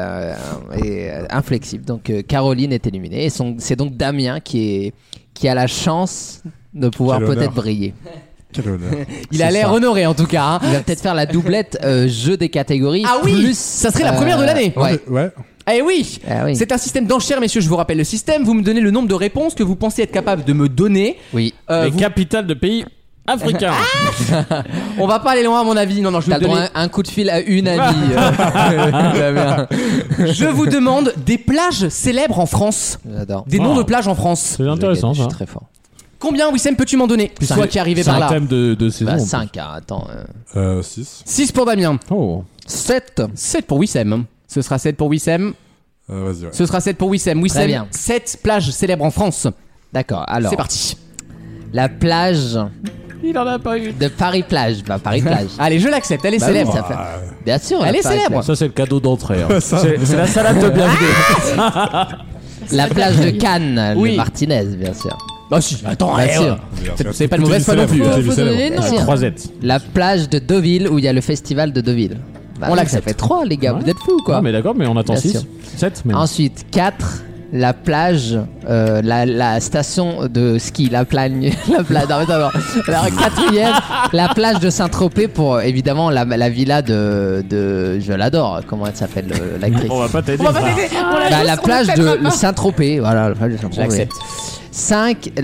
inflexible. Donc, Caroline est éliminée. Et c'est donc Damien qui a la chance de pouvoir Quel honneur. peut-être briller. Quel honneur. Il a c'est l'air ça. honoré en tout cas. hein. Il va peut-être faire la doublette jeu des catégories. Ah oui, plus, ça serait la première de l'année. Ouais. Ouais. Eh oui. Ah oui. C'est un système d'enchères, messieurs. Je vous rappelle le système. Vous me donnez le nombre de réponses que vous pensez être capable de me donner. Oui. Euh, Les vous- capitales de pays africains. On va pas aller loin à mon avis. Non, non, je vais T'as vous le droit donner. à un coup de fil à une amie. Damien. Je vous demande des plages célèbres en France. J'adore. Des noms Oh. de plages en France. C'est intéressant, Je suis ça. très fort. Combien, Wissem, peux-tu m'en donner? Cinq. Toi qui es arrivé C'est par un là. thème de saison. Bah, en plus. 5, attends. 6. 6 pour Damien. Oh. 7. 7 pour Wissem. Ce sera 7 pour Wissem. Vas-y, ouais. Ce sera 7 pour Wissem. Très Wissem, bien. 7 plages célèbres en France. D'accord, alors. C'est parti. La plage Il en a pas eu. de Paris-Plage. Bah, Paris-Plage. Allez, je l'accepte. Elle est Bah célèbre. oui, ça fait- Bien sûr. Elle la est célèbre. Paris-Plage. Ça, c'est le cadeau d'entrée. hein. Ça. C'est la salade de bienvenue. La plage de Cannes, Oui. le Martinez, bien sûr. Ah si, attends, Bien eh, sûr. c'est pas de mauvaise foi non plus. Faut donner les noms. Merci. Croisette. La plage de Deauville, où il y a le festival de Deauville. Bah, On oui, l'accepte. Ça fait 3, les gars, Ouais. vous êtes fous, quoi. Ah, mais d'accord, mais on attend Bien 6. sûr. 7, mais. Ensuite, 4. La plage, la station de ski, la plagne, la plage. Non, mais attends, non. Alors, 4e, la plage de Saint-Tropez pour évidemment la villa de je l'adore. Comment elle s'appelle l'actrice? On va pas t'aider. On va pas frère. t'aider. Bah, la plage de Saint-Tropez, voilà, la plage de Je Saint-Tropez. l'accepte. 5,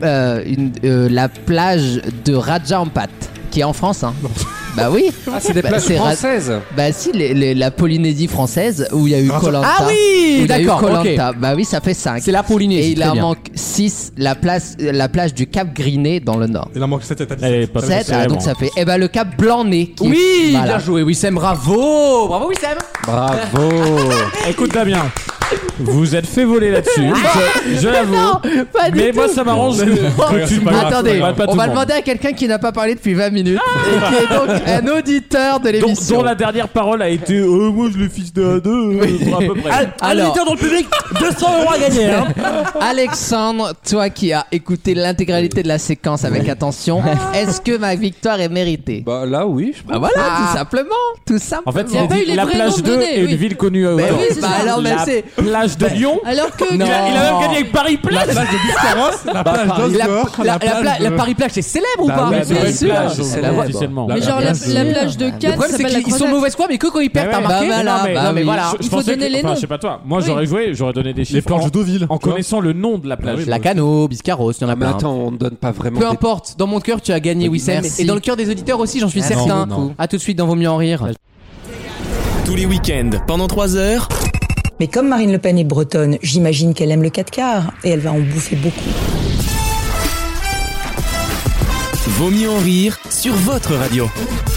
la plage de Raja Ampat, qui est en France, hein. Bah oui. Ah, c'est des Bah, plages c'est françaises. Bah si, la Polynésie française où il y a eu Koh-Lanta. Ah oui, d'accord, ok. Bah oui, ça fait 5. C'est la Polynésie. Et il très en bien. manque 6, la plage du Cap Griné dans le nord. Il en manque 7 et t'as dit Elle est sept. pas très 7, donc célèbre. ça fait. Eh ben le Cap Blanc-Nez. qui est- Oui, voilà. bien joué, Wissem, bravo. Bravo, Wissem. Bravo. Écoute, Damien. Vous êtes fait voler là-dessus. Je l'avoue. Pas du Mais tout. moi, ça m'arrange que tu me Attendez, pas tout on va le monde. demander à quelqu'un qui n'a pas parlé depuis 20 minutes et qui est donc un auditeur de l'émission. Dont la dernière parole a été moi je le fils de A2 pour à peu près. Alors, dans le public, 200 € à gagner. Hein. Alexandre, toi qui as écouté l'intégralité de la séquence avec attention, est-ce que ma victoire est méritée? Bah là, oui, je pense. Bah voilà, tout simplement. Tout simplement. En fait, Il y a il pas a eu dit les la vrais plage noms 2 donnés, est oui. une ville connue à Mais Europe. oui, c'est ça. alors, mais La c'est- plage de Lyon. Alors que Non. Il a même gagné avec Paris La Plage. plage de Biscarrosse, la plage d'Osgore, La Paris-Plage, c'est célèbre ou Bah pas oui, C'est pas bien une sûr. plage C'est la officiellement. mais genre la plage de Le Cannes problème, c'est s'appelle la qu'ils sont de Croisette. mauvaise foi, mais que quand ils perdent, Ouais, t'as ouais. remarqué. Bah voilà, Non, mais- bah non, mais oui. voilà. Je Il faut pensais donner les enfin, noms. je sais pas toi. Moi, Oui. j'aurais joué, j'aurais donné des Les chiffres planches de Deauville. en tu vois. connaissant le nom de la plage. Lacano, Biscarros, il y en a Ah, mais plein. attends, on ne donne pas vraiment. Peu des- importe, dans mon cœur, tu as gagné, Wissem. Merci. Et dans le cœur des auditeurs aussi, j'en suis Merci certain. beaucoup. À tout de suite dans Vaut mieux en rire. Tous les week-ends, pendant 3 heures. Mais comme Marine Le Pen est bretonne, j'imagine qu'elle aime le 4/4 et elle va en bouffer beaucoup. Vaut mieux en rire sur votre radio.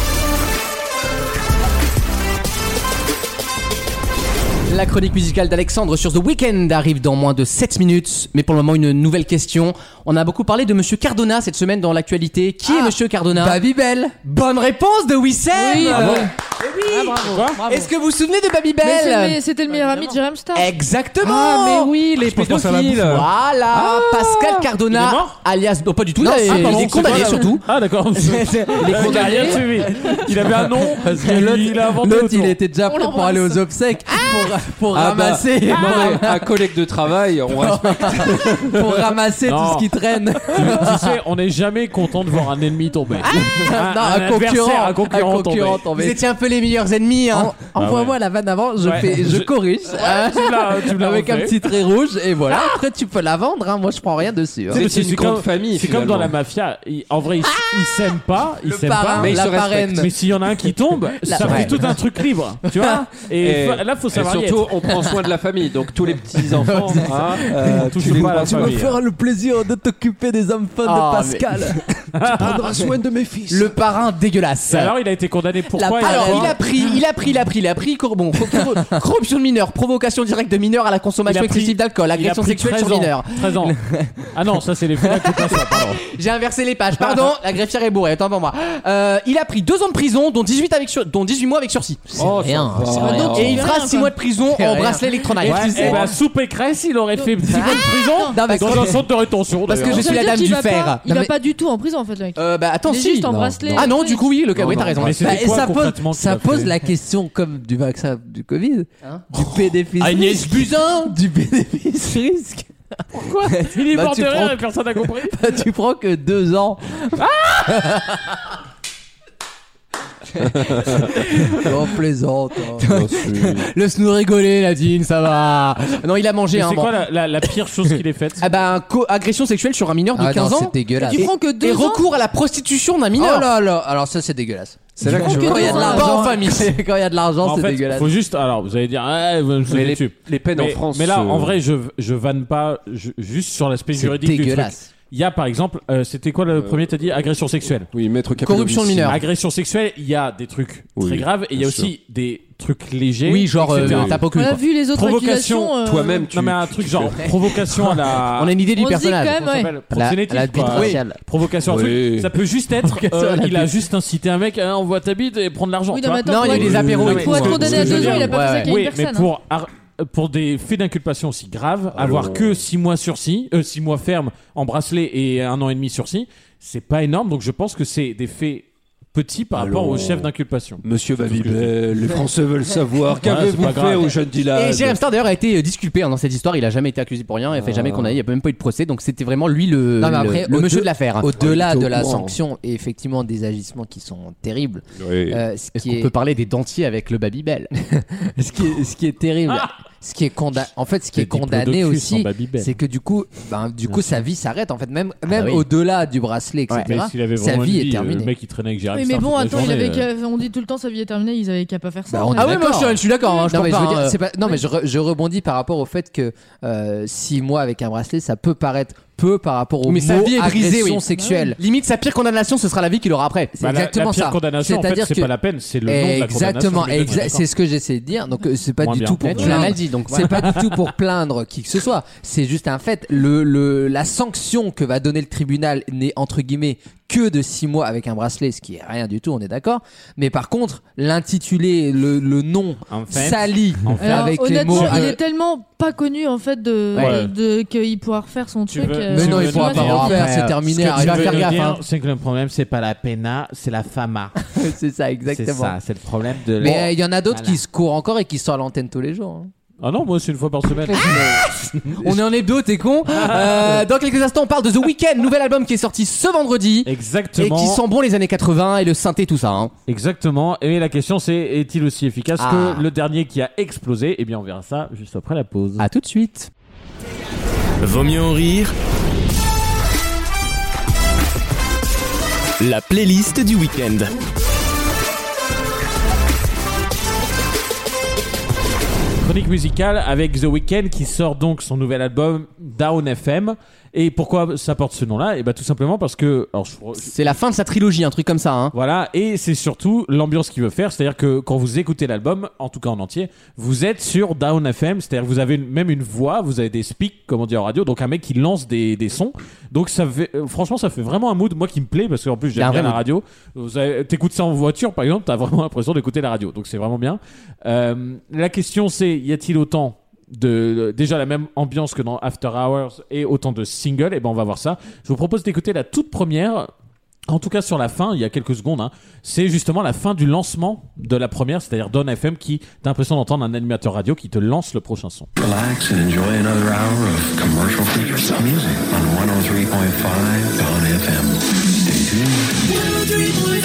La chronique musicale d'Alexandre sur The Weeknd arrive dans moins de 7 minutes. Mais pour le moment, une nouvelle question. On a beaucoup parlé de Monsieur Cardona cette semaine dans l'actualité. Qui est Monsieur Cardona? Babybel. Bonne réponse de Wissem. Oui, Ah bravo. bon. Eh oui. Quoi Est-ce que vous vous souvenez de Babybel? Mais c'était le meilleur ami de Jérém Star. Exactement. Ah, mais oui, les pense à la pédophiles. Voilà, Pascal il Cardona, est mort alias, non pas du tout, Non, il pardon, est c'est condamné quoi, là surtout. Ah d'accord. Il est condamné. Il avait un nom. Il a inventé L'autre, autour. il était déjà prêt pour aller aux obsèques pour Ah bah, ramasser, non, mais un collègue de travail, on respecte. pour ramasser Non. tout ce qui traîne. Tu sais, on n'est jamais content de voir un ennemi tomber. Non, un adversaire, concurrent, un concurrent tomber. Vous tombé. étiez un peu les meilleurs ennemis, hein. Envoie-moi la vanne avant, je Ouais. fais, je Je- corrige. hein, Tu me l'as avec un refait. petit trait rouge et voilà. Après tu peux la vendre, hein. Moi je prends rien dessus. hein. C'est une grande famille. C'est comme dans la finalement. mafia. En vrai, ils s'aiment pas. Ils Le s'aiment parrain, pas. mais ils la se parraine. respectent. Mais s'il y en a un qui tombe, ça Ouais. fait tout un truc libre. Tu vois. Et là, faut Et savoir y surtout, être. on prend soin de la famille. Donc tous les petits enfants, Touche tu les pas à la vois famille. le plaisir de t'occuper des enfants Ah, Tu prendras soin de mes fils. Le parrain dégueulasse. Et alors, il a été condamné pourquoi Alors, et à quoi il a pris corruption de mineur, provocation directe de mineur à la consommation Il a pris- excessive d'alcool, Il a agression pris sexuelle 13 sur ans. mineur. 13 ans. Ah non, ça c'est les faits que tu pardon. J'ai inversé les pages, pardon, la greffière est bourrée, autant pour moi. Il a pris 2 ans de prison, dont 18 mois avec sursis. C'est rien. c'est va. rien. Et il fera rien, 6 quoi. mois de prison C'est en rien. bracelet électronique. Ouais, Tu sais. et ben, sous Pécresse, il aurait fait 10 mois de prison Non, parce dans que- un centre de rétention. parce que d'ailleurs. je suis la dame du fer. Il Non, va mais- pas du tout en prison en fait, le mec. Bah attends, Il est si. juste en bracelet. Ah non, du coup oui, oui, Non, t'as raison. mais c'était Et quoi, ça pose, concrètement, ça qu'il a pose fait la question comme du vaccin du Covid, du bénéfice. Agnès Buzyn. Du bénéfice risque. Pourquoi Il est Bah, mort tu de rire prends- et personne n'a compris. Bah, tu prends que 2 ans. On plaisante. hein. Le snou rigolé, Nadine, ça va. Non, il a mangé Mais un c'est bon. quoi la pire chose qu'il ait faite? Ah bah agression sexuelle sur un mineur de Ah 15 non, ans. c'est dégueulasse. Tu prends que 2 Et ans. recours à la prostitution d'un mineur. Oh là là, alors ça c'est dégueulasse. C'est là que je que Quand vois. il y a de Pas l'argent, en famille. quand il y a de l'argent, En c'est fait, dégueulasse. faut juste. Alors, vous allez dire, ah, vous me Mais sautez dessus. les peines en Mais, France. mais là, en vrai, je vanne pas juste sur l'aspect C'est juridique du truc. dégueulasse. Il y a par exemple, c'était quoi le premier? T'as dit agression sexuelle. Oui, maître Corruption de mineur. Agression sexuelle, il y a des trucs Oui, très graves et il y a bien sûr. aussi des trucs légers. Oui, genre etc. tape au cul. On a quoi. vu les autres Provocation, accusations. Toi-même, tu. Non mais un truc genre provocation à la. On a une idée du On se dit personnage. quand même, Comment ça ouais. s'appelle La Proxénétisme, bite quoi. raciale. Provocation, un Oui. truc. Ça peut juste être, Provocation à la il a bite. juste incité un mec, on voit ta bite et prendre l'argent. Oui, tu non, vois. mais attends, Non, il y a eu des apéros. mais Pour être ce que- condamné ce à que je 2 veux ans, il dire, a pas fait ça qu'à une Oui, mais personne. pour des faits d'inculpation aussi graves, avoir que 6 mois sursis, 6 mois ferme en bracelet et 1 an et demi sursis, c'est pas énorme. Donc je pense que c'est des faits petits par rapport Alors, au chef d'inculpation. Monsieur C'est tout ce que je Babybel, les Français veulent savoir. Qu'avez-vous c'est pas fait grave. au jeune Dylan? Et Jérém Star d'ailleurs a été disculpé dans cette histoire. Il a jamais été accusé pour rien. Il a fait jamais condamné. Il y a même pas eu de procès. Donc c'était vraiment lui le Non, mais après, le au monsieur deux- de l'affaire. Au-delà Ouais, de la au courant. sanction et effectivement des agissements qui sont terribles, Oui. ce Est-ce qui qu'on est peut parler des dentiers avec le Babybel? ce qui est terrible, ce qui est condamné, en fait, ce qui est condamné aussi, c'est que du coup, sa vie s'arrête en fait, même bah oui. au-delà du bracelet, etc. Mais s'il avait sa vraiment vie une est terminée. le mec il traînait avec Jérém Oui, mais Star bon, toute la attends, journée, on dit tout le temps sa vie est terminée, ils avaient qu'à pas faire ça. Bah, on est Ah oui, moi d'accord. je suis d'accord. Je Non, mais, comprends je veux pas, dire, c'est pas- non, mais je rebondis par rapport au fait que 6 mois avec un bracelet, ça peut paraître peu par rapport au Mais sa mot vie est brisée, agression oui. sexuelle. Limite, sa pire condamnation, ce sera la vie qu'il aura après. C'est exactement la pire ça. condamnation, en fait, C'est-à-dire c'est que- pas la peine, c'est le nom de la Exactement, condamnation. c'est ce que j'essaie de dire. Donc c'est pas Moins du bien. tout pour Mais tu l'as plaindre. mal dit, donc C'est voilà. pas du tout pour plaindre qui que ce soit. C'est juste un fait. La sanction que va donner le tribunal n'est entre guillemets que de 6 mois avec un bracelet, ce qui est rien du tout, on est d'accord. Mais par contre, l'intitulé, le nom En fait, sali Alors, avec les honnêtement, mots. il est tellement pas connu en fait qu'il pourra refaire son Tu truc. veux- Mais non, tu il veux pourra dire- pas refaire, c'est terminé. Ce que Arrête tu de veux faire nous gaffe. dire, Hein. c'est que le problème, c'est pas la pena, c'est la fama. C'est ça, C'est exactement. ça, c'est le problème de. Mais il y en a d'autres Voilà. qui se courent encore et qui sont à l'antenne tous les jours. Hein. Ah non, moi c'est une fois par semaine. On est en hebdo, t'es con. Dans quelques instants, on parle de The Weeknd, nouvel album qui est sorti ce vendredi. Exactement. Et qui sent bon les années 80 et le synthé, tout ça. Hein. Exactement. Et la question c'est, est-il aussi efficace Ah. que le dernier qui a explosé? Eh bien, on verra ça juste après la pause. À tout de suite. Vaut mieux en rire. La playlist du week-end. Chronique musicale avec The Weeknd qui sort donc son nouvel album Down FM. Et pourquoi ça porte ce nom-là? Et bah tout simplement parce que c'est la fin de sa trilogie, un truc comme ça. Hein. Voilà, et c'est surtout l'ambiance qu'il veut faire, c'est-à-dire que quand vous écoutez l'album, en tout cas en entier, vous êtes sur Down FM, c'est-à-dire que vous avez même une voix, vous avez des speaks, comme on dit en radio, donc un mec qui lance des sons. Donc ça fait, franchement, ça fait vraiment un mood, moi qui me plaît, parce qu'en plus j'aime bien la radio. T'écoutes ça en voiture, par exemple, t'as vraiment l'impression d'écouter la radio, donc c'est vraiment bien. La question c'est, y a-t-il autant déjà la même ambiance que dans After Hours et autant de singles? Et ben on va voir ça. Je vous propose d'écouter la toute première. En tout cas sur la fin, il y a quelques secondes, hein. C'est justement la fin du lancement de la première, c'est-à-dire Dawn FM, qui t'as l'impression d'entendre un animateur radio qui te lance le prochain son. Relax and enjoy another hour of commercial-free music on 103.5 Dawn FM. Stay tuned.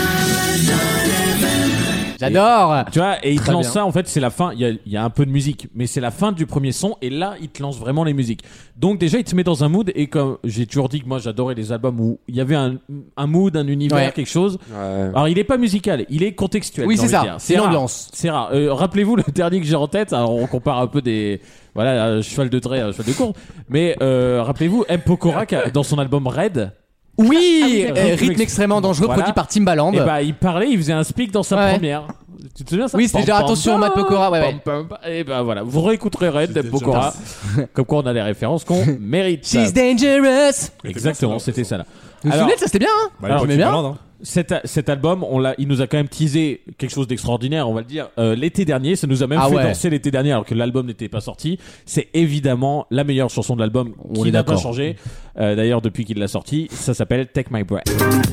J'adore. Tu vois, et il te Très lance bien. ça, en fait, c'est la fin. Il y a un peu de musique, mais c'est la fin du premier son, et là, il te lance vraiment les musiques. Donc, déjà, il te met dans un mood, et comme j'ai toujours dit que moi, j'adorais les albums où il y avait un mood, un univers, Ouais. quelque chose. Ouais. Alors, il est pas musical, il est contextuel. Oui, j'ai c'est envie de ça. dire. C'est rare. l'ambiance. C'est rare. Rappelez-vous le dernier que j'ai en tête. Alors, on compare un peu des. Voilà, un cheval de trait, un cheval de course. Mais rappelez-vous, M. Pokora, dans son album Red. Oui, oui. rythme extrêmement dangereux, Voilà. produit par Timbaland. Et bah, il parlait, il faisait un speak dans sa Ouais. première. Tu te souviens ça? Oui, c'était déjà attention, Matt Pokora, ouais. Et bah voilà, vous réécouterez Red de Pokora. Comme quoi on a les références qu'on mérite. She's dangerous. Exactement, c'était ça là. Vous vous souvenez de ça, c'était bien, hein? alors, J'aimais bien. Hein. cet album, il nous a quand même teasé quelque chose d'extraordinaire, on va le dire, l'été dernier. Ça nous a même Ah fait ouais. danser l'été dernier alors que l'album n'était pas sorti. C'est évidemment la meilleure chanson de l'album On qui est n'a pas d'accord. changé. D'ailleurs, depuis qu'il l'a sorti, ça s'appelle Take My Breath.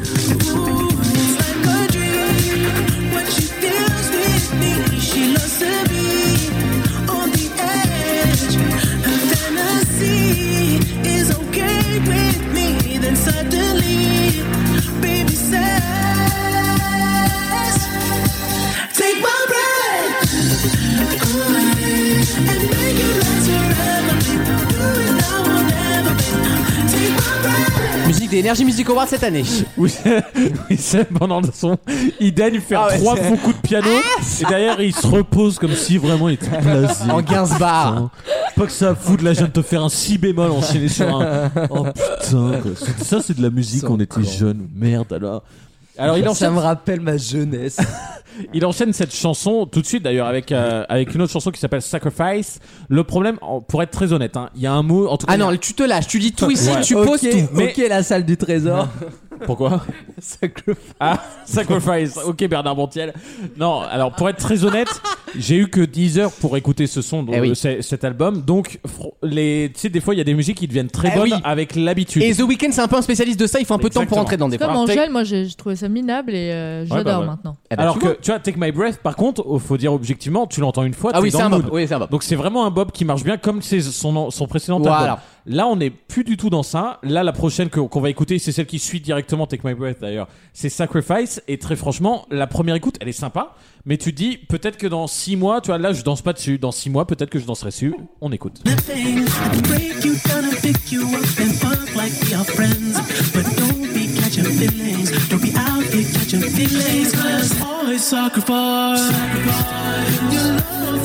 Musique des Energy Music Awards cette année. Oui, c'est pendant le son, il daigne faire Ah ouais, 3 c'est- faux coups de piano et derrière il se repose comme si vraiment il était blasé. En Gainsbourg. Pas que ça fout de la jeune de te faire un si bémol enchaîné sur un. Oh putain, quoi. Ça c'est de la musique quand on était jeune. Merde alors. Alors il Ça enchaîne, me rappelle ma jeunesse. il enchaîne cette chanson tout de suite d'ailleurs avec une autre chanson qui s'appelle Sacrifice. Le problème, pour être très honnête, hein, il y a un mot en tout cas. Ah non, tu te lâches, tu dis tout ici, Ouais. tu poses Ok, tout. ok, la salle du trésor. Pourquoi? Ah, Sacrifice. Ok, Bernard Montiel. Non, alors pour être très honnête, j'ai eu que 10 heures pour écouter ce son, Eh oui. cet album. Donc, tu sais, des fois, il y a des musiques qui deviennent très Eh bonnes oui. avec l'habitude. Et The Weeknd, c'est un peu un spécialiste de ça, il faut un peu de temps pour Exactement. rentrer dedans des Comme fois. Angèle, moi j'ai trouvé ça minable et j'adore bah ouais. maintenant. Eh ben, Alors tu que, vois. tu vois, Take My Breath, par contre, faut dire objectivement, tu l'entends une fois, Ah t'es oui, dans c'est le un mood. bob. Oui, c'est un bob. Donc c'est vraiment un bob qui marche bien comme c'est son précédent Voilà. album. Là, on n'est plus du tout dans ça. Là, la prochaine qu'on va écouter, c'est celle qui suit directement Take My Breath d'ailleurs. C'est Sacrifice. Et très franchement, la première écoute, elle est sympa. Mais tu te dis, peut-être que dans 6 mois, tu vois, là, je danse pas dessus. Dans 6 mois, peut-être que je danserai dessus. On écoute.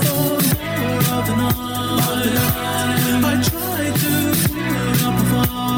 I try to put up a fight.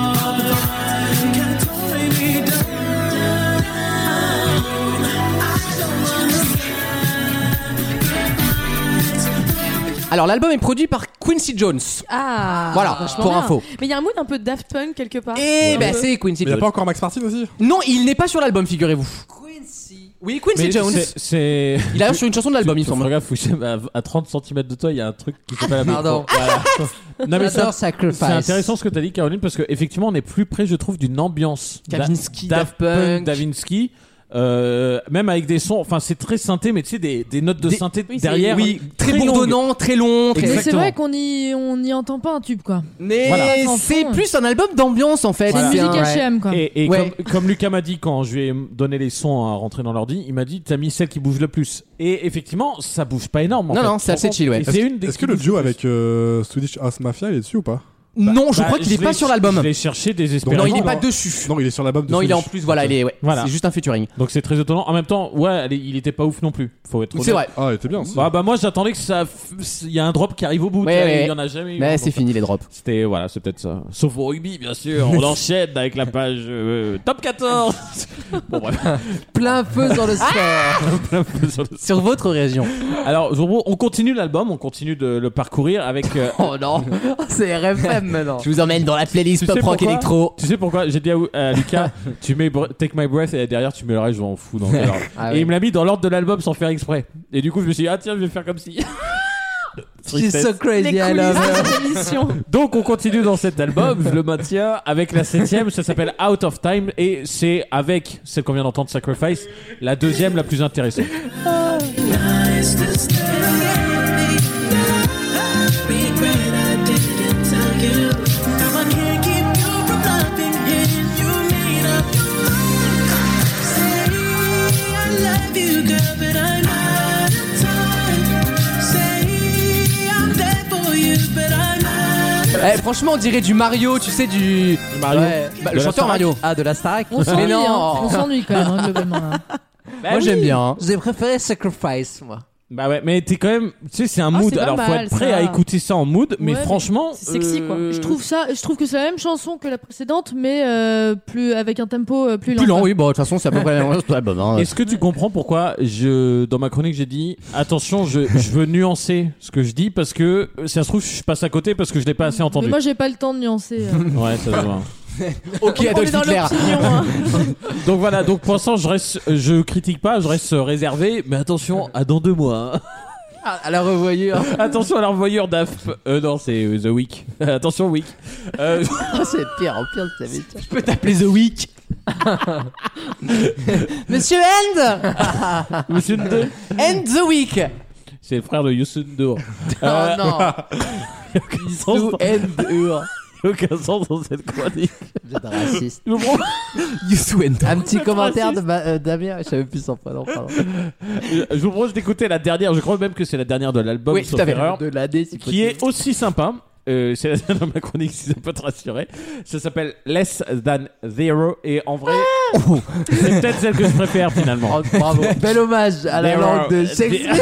Alors l'album est produit par Quincy Jones. Ah, Voilà, vachement pour bien. info. Mais il y a un mood un peu Daft Punk quelque part. Et ben c'est Quincy Il n'y a Jones. pas encore Max Martin aussi? Non, il n'est pas sur l'album, figurez-vous. Oui, Quincy Mais Jones. c'est. Il a l'air sur une chanson de l'album, il me semble. Regarde, à 30 cm de toi, il y a un truc qui s'appelle la Pardon. Voilà. Non, mais J'adore c'est Sacrifice. intéressant ce que tu as dit, Caroline, parce qu'effectivement, on est plus près, je trouve, d'une ambiance. Kavinsky, Daft Punk. Davinsky. Même avec des sons, enfin c'est très synthé, mais tu sais des notes de synthé oui, derrière, Oui, très longues. bourdonnant, très long. Très... Mais c'est Exactement. vrai qu'on y entend pas un tube, quoi. Mais Voilà. c'est Ouais. plus un album d'ambiance en fait. C'est une C'est musique un- H&M, quoi. Et Ouais. comme Lucas m'a dit quand je lui ai donné les sons à rentrer dans l'ordi, il m'a dit t'as mis celle qui bouge le plus. Et effectivement, ça bouge pas énorme. En Non, fait. non, c'est assez chill, ouais. Et c'est une des Est-ce qui que le bouge duo plus. avec Swedish House Mafia il est dessus ou pas? Non, je crois Bah, qu'il est je pas l'ai- sur l'album. Je l'ai cherché désespérément. Non, il est pas non. dessus. Non, il est sur l'album de Non, il est en Swedish. plus, voilà, il est, ouais. Voilà. C'est juste un featuring. Donc c'est très étonnant. En même temps, ouais, il était pas ouf non plus. Faut être honnête. C'est vrai. Ah, il était bien aussi. Bah moi j'attendais que ça. Il y a un drop qui arrive au bout. Ouais, tu vois, ouais. Il y en a jamais eu. Mais Donc, c'est fini les drops. C'était voilà, c'est peut-être ça. Sauf au rugby, bien sûr. On enchaîne avec la page top 14. Bon bref. Plein feu sur le sport. Sur votre région. Alors on continue l'album, on continue de le parcourir avec. Oh non, c'est RFM maintenant. Je vous emmène dans la playlist Tu Pop sais Rock pourquoi Electro. Tu sais pourquoi j'ai dit à Lucas, tu mets Take My Breath et derrière tu mets le reste, je m'en fous. Donc, alors. Ah Et ouais. il me l'a mis dans l'ordre de l'album sans faire exprès. Et du coup je me suis dit ah tiens je vais faire comme si. She's so crazy, Les I love coulisses her. de cette émission. Donc on continue dans cet album, je le maintiens avec la 7ème, ça s'appelle Out of Time et c'est avec celle qu'on vient d'entendre Sacrifice, la deuxième la plus intéressante. Franchement, on dirait du Mario, tu sais, du. Mario. Ouais. Bah, le De la chanteur Starac. Mario. Ah, de la Starac. On s'ennuie, non. hein. On s'ennuie quand même, hein, globalement. Là. Moi, j'aime bien. hein. J'ai préféré Sacrifice, moi. Bah ouais, mais t'es quand même, tu sais, c'est un Ah, mood. c'est pas Alors faut mal, être prêt ça. à écouter ça en mood, mais Ouais, franchement, c'est sexy, quoi. Je trouve que c'est la même chanson que la précédente, mais plus avec un tempo plus lent. Plus lent, oui, bon, de toute façon, c'est à peu près la même chose pour l'album. hein. Est-ce que tu comprends pourquoi dans ma chronique j'ai dit attention, je veux nuancer ce que je dis parce que si ça se trouve je passe à côté parce que je l'ai pas assez Mais entendu. moi, j'ai pas le temps de nuancer. Ouais, ça se voit. Ok, On est Adolf dans Hitler. l'opinion, hein. Donc voilà, donc pour l'instant je critique pas, je reste réservé, mais attention à dans 2 mois. hein. À la revoyure. Attention à la revoyure d'AF. Non, c'est The Week. Attention Week. C'est de pire en pire, c'est vite. Je peux t'appeler The Week. Monsieur End Monsieur Ndo. End The Week. C'est le frère de Youssou N'Dour. Oh non. Sous End Aucun sens dans cette chronique. Vous êtes raciste. Youssou End. Un petit commentaire de Damien, je savais plus son prénom, pardon. Je vous propose d'écouter la dernière. Je crois même que c'est la dernière de l'album, Oui, sauf tout à fait. erreur, De l'année, si qui est aussi sympa. C'est la dernière de ma chronique, si ça peut te rassurer. Ça s'appelle Less Than Zero. Et en vrai, c'est peut-être celle que je préfère finalement. Oh, bravo. Bel hommage à la Zero. langue de Shakespeare.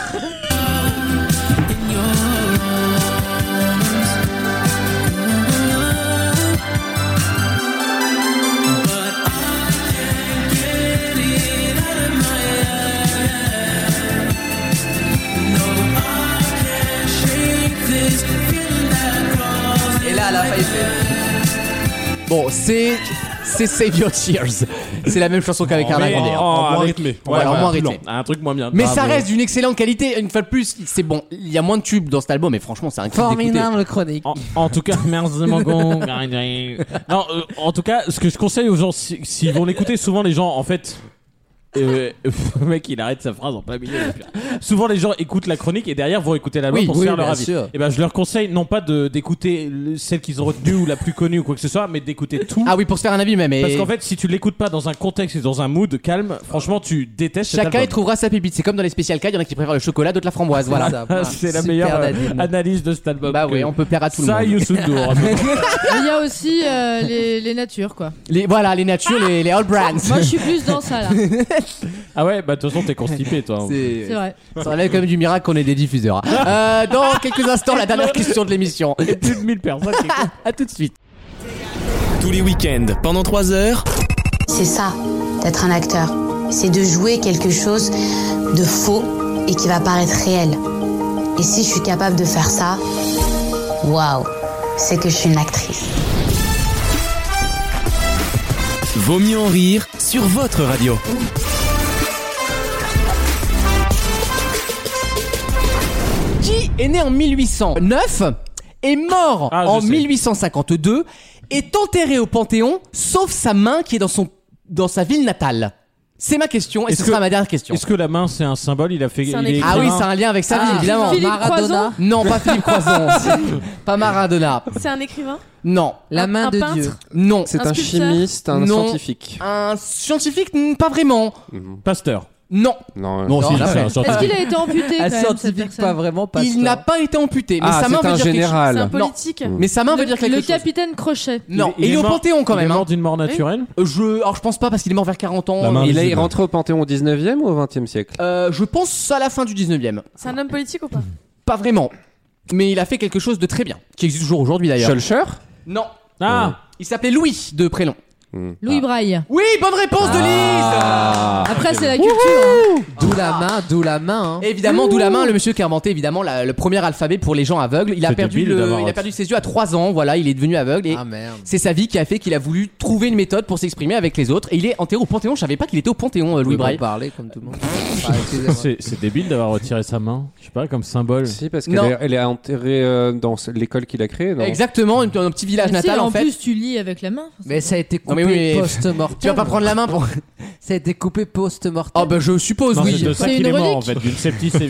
Et là, à la fin, il fait. Bon, c'est Save Your Tears. C'est la même chanson qu'avec Ariana Grande. en moins avec- rythmé. Voilà, en moins plus rythmé. Un truc moins bien. Mais Bravo. ça reste d'une excellente qualité. Une fois de plus, c'est bon. Il y a moins de tubes dans cet album, mais franchement, c'est un kiff d'écouter. Formidable chronique. En tout cas, merci mon con. Non, en tout cas, ce que je conseille aux gens, s'ils vont l'écouter, souvent les gens, en fait. Le mec il arrête sa phrase en plein milieu. Souvent les gens écoutent la chronique et derrière vont écouter l'album Oui, pour se oui, faire leur bien avis. sûr. Et ben je leur conseille non pas d'écouter celle qu'ils ont retenue ou la plus connue ou quoi que ce soit, mais d'écouter tout. Ah oui, pour se faire un avis même. Parce qu'en fait si tu l'écoutes pas dans un contexte et dans un mood calme, franchement tu détestes cet chacun y album. trouvera sa pépite. C'est comme dans les spécial cas, il y en a qui préfèrent le chocolat, d'autres la framboise. Voilà. C'est la Super, meilleure Nadine. analyse de cet album. Bah que- oui, on peut plaire à tout le Ça, monde. Youssou N'Dour. Il y a aussi les natures, quoi. Voilà, les natures, les All Brands. Moi, je suis plus dans ça, là. Ah ouais, bah de toute façon t'es constipé toi. C'est vrai. Ça relève quand même du miracle qu'on ait des diffuseurs. Dans quelques instants, la dernière question de l'émission. Et plus de 1000 personnes qui écoutent. À tout de suite. Tous les week-ends, pendant 3 heures. C'est ça, d'être un acteur. C'est de jouer quelque chose de faux et qui va paraître réel. Et si je suis capable de faire ça, waouh, c'est que je suis une actrice. Vaut mieux en rire sur votre radio. Qui est né en 1809, est mort en je sais. 1852, est enterré au Panthéon, sauf sa main qui est dans sa ville natale. C'est ma question et ce sera ma dernière question. Est-ce que la main c'est un symbole? Il a fait. C'est un il est écrivain. Ah oui, écrivain. c'est un lien avec sa vie, évidemment. Philippe Maradona. Croison. Non, pas Philippe Croison. Pas Maradona. C'est un écrivain. Non. La main un de peintre. Dieu. Non. C'est Un un sculpteur. chimiste, un Non. scientifique. Un scientifique, pas vraiment. Pasteur. Non. Non, Non, si, là, c'est un Est-ce scientifique. qu'il a été amputé quand Un même, cette scientifique, personne pas vraiment. Pas Il n'a pas été amputé, mais sa main c'est veut un dire quelque chose. général. C'est un Non. politique. Mais sa main veut dire quelque Le chose. capitaine Crochet. Non. Et il est au mort- Panthéon quand Il est même. mort Hein. d'une mort naturelle. Alors je pense pas parce qu'il est mort vers 40 ans. La main Il est invisible. rentré au Panthéon au 19e ou au 20e siècle? Je pense à la fin du 19e. C'est un homme politique ou pas? Pas vraiment. Mais il a fait quelque chose de très bien, qui existe toujours aujourd'hui d'ailleurs. Schulcher? Non. Ah. Il s'appelait Louis de prénom. Louis Braille. Oui, bonne réponse de Lise. Après, c'est la culture. Hein. D'où la main. Hein. Évidemment, d'où la main, le monsieur qui a inventé évidemment le premier alphabet pour les gens aveugles. Il a C'est perdu débile d'avoir- il a perdu ses yeux à 3 ans. Voilà, il est devenu aveugle et Ah merde. c'est sa vie qui a fait qu'il a voulu trouver une méthode pour s'exprimer avec les autres. Et il est enterré au Panthéon. Je savais pas qu'il était au Panthéon, Louis Braille. Parler comme tout le monde. Ah, excusez-moi. C'est débile d'avoir retiré sa main. Je sais pas, comme symbole. Si, parce Non. qu'elle est enterrée dans l'école qu'il a créée, non? Exactement, un petit village Tu sais, natal en en fait. plus, tu lis avec la main. Mais ça a été Non, mais coupé oui, mais- post-mortem. Tu vas pas prendre la main pour. Ça a été coupé post-mortem. Oh bah je suppose Non, oui. c'est de ça C'est qu'il une est mort en relique. fait, d'une septicémie.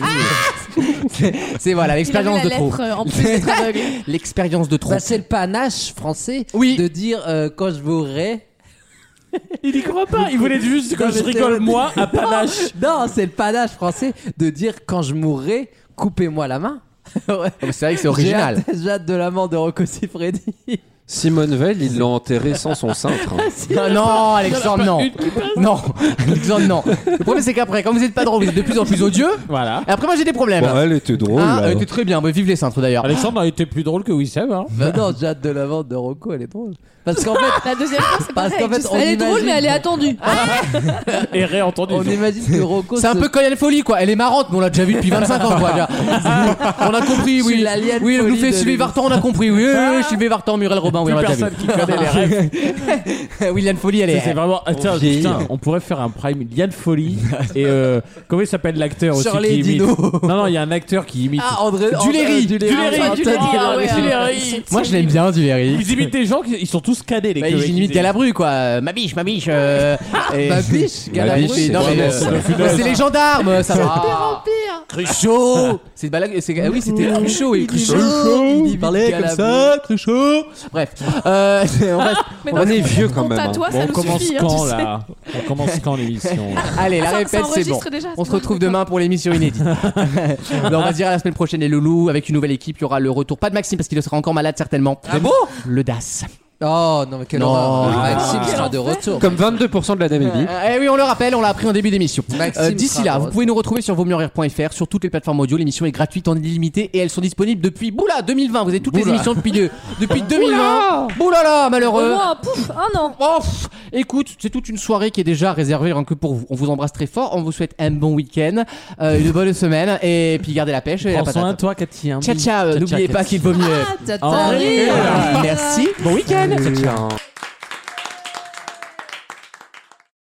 C'est voilà l'expérience de trop. En plus d'être aveugle. L'expérience de trop. Bah, c'est le panache français Oui. de dire quand je mourrai. Il y croit pas. Il voulait juste que Non, je mais rigole c'est- moi à panache. Non, c'est le panache français de dire quand je mourrai, coupez-moi la main. Ouais. C'est vrai que c'est original. J'ai hâte de l'amant de Rocco Siffredi. Simone Veil, ils l'ont enterrée sans son cintre. Ah non, Alexandre, non. Non, Alexandre, non. Le problème, c'est qu'après, quand vous êtes pas drôle, vous êtes de plus en plus odieux. Voilà. Et après, moi, j'ai des problèmes. Bon, elle était drôle. Ah, là. elle était très bien. Bah, vive les cintres d'ailleurs. Alexandre a été plus drôle que Wissem. Hein. Bah non, j'ai hâte de l'amant de Rocco, elle est drôle. Parce qu'en fait, La deuxième fois, c'est parce pareil. qu'en fait, on Elle est drôle, imagine- mais elle est attendue. Et réentendu. On imagine que Rocco. C'est un peu Liane Folie, quoi. Elle est marrante, mais on l'a déjà vue depuis 25 ans, quoi. Déjà. On a compris, Je suis oui. la Liane Oui, Folie nous fait de Sylvie l'émission. Vartan, on a compris. Oui, Sylvie Vartan, Muriel Robin, oui, on Plus l'a déjà personne qui connaît les rêves. vu. Oui, Liane Folie, elle est. C'est vraiment. Attends, vieille. putain, on pourrait faire un prime Liane Folie et comment il s'appelle l'acteur aussi Shirley qui imite. Dino. Non, il y a un acteur qui imite. Ah, André. Duléry. Duléry. Ah ouais, Moi, je l'aime bien, Duléry. Ils imitent des gens qui ils sont tous cadets les Bah, comiques. il imite Galabru, quoi. Ma biche. Ma biche, Galabru. c'est Non, mais Funès. c'est les gendarmes, ça va. Cruchot. C'est une blague. Ah oui, c'était Cruchot. Et Cruchot. Il parlait comme ça, Cruchot. Bref. On est vieux quand Honte même. à hein. toi, Bon, ça on nous commence suffit. quand tu sais. là On commence quand l'émission Allez, la Ça répète, c'est bon. enregistre déjà, On c'est se bon, retrouve d'accord. demain pour l'émission inédite. On va se dire à la semaine prochaine les loulous avec une nouvelle équipe. Il y aura le retour, pas de Maxime parce qu'il sera encore malade certainement. Ah bon? Le DAS. Oh non, mais quelle Non. horreur. Ah. Maxime sera de retour. Comme 22% de la Namibie. Eh oui, on le rappelle, on l'a appris en début d'émission. Maxime D'ici sera là, de vous retour. pouvez nous retrouver sur vosmieuxenrire.fr, sur toutes les plateformes audio. L'émission est gratuite en illimité et elles sont disponibles depuis 2020. Vous avez toutes les émissions depuis 2020. Boulala, malheureux. Moi, pouf, un an. Oh, écoute, c'est toute une soirée qui est déjà réservée rien que pour vous. On vous embrasse très fort. On vous souhaite un bon week-end, une bonne semaine et puis gardez la pêche et la Prends soin de patate. toi Cathy. Ciao, ciao. N'oubliez pas qu'il vaut mieux. Ah, t'as Oh, rire. Merci. Bon week-end. Ciao.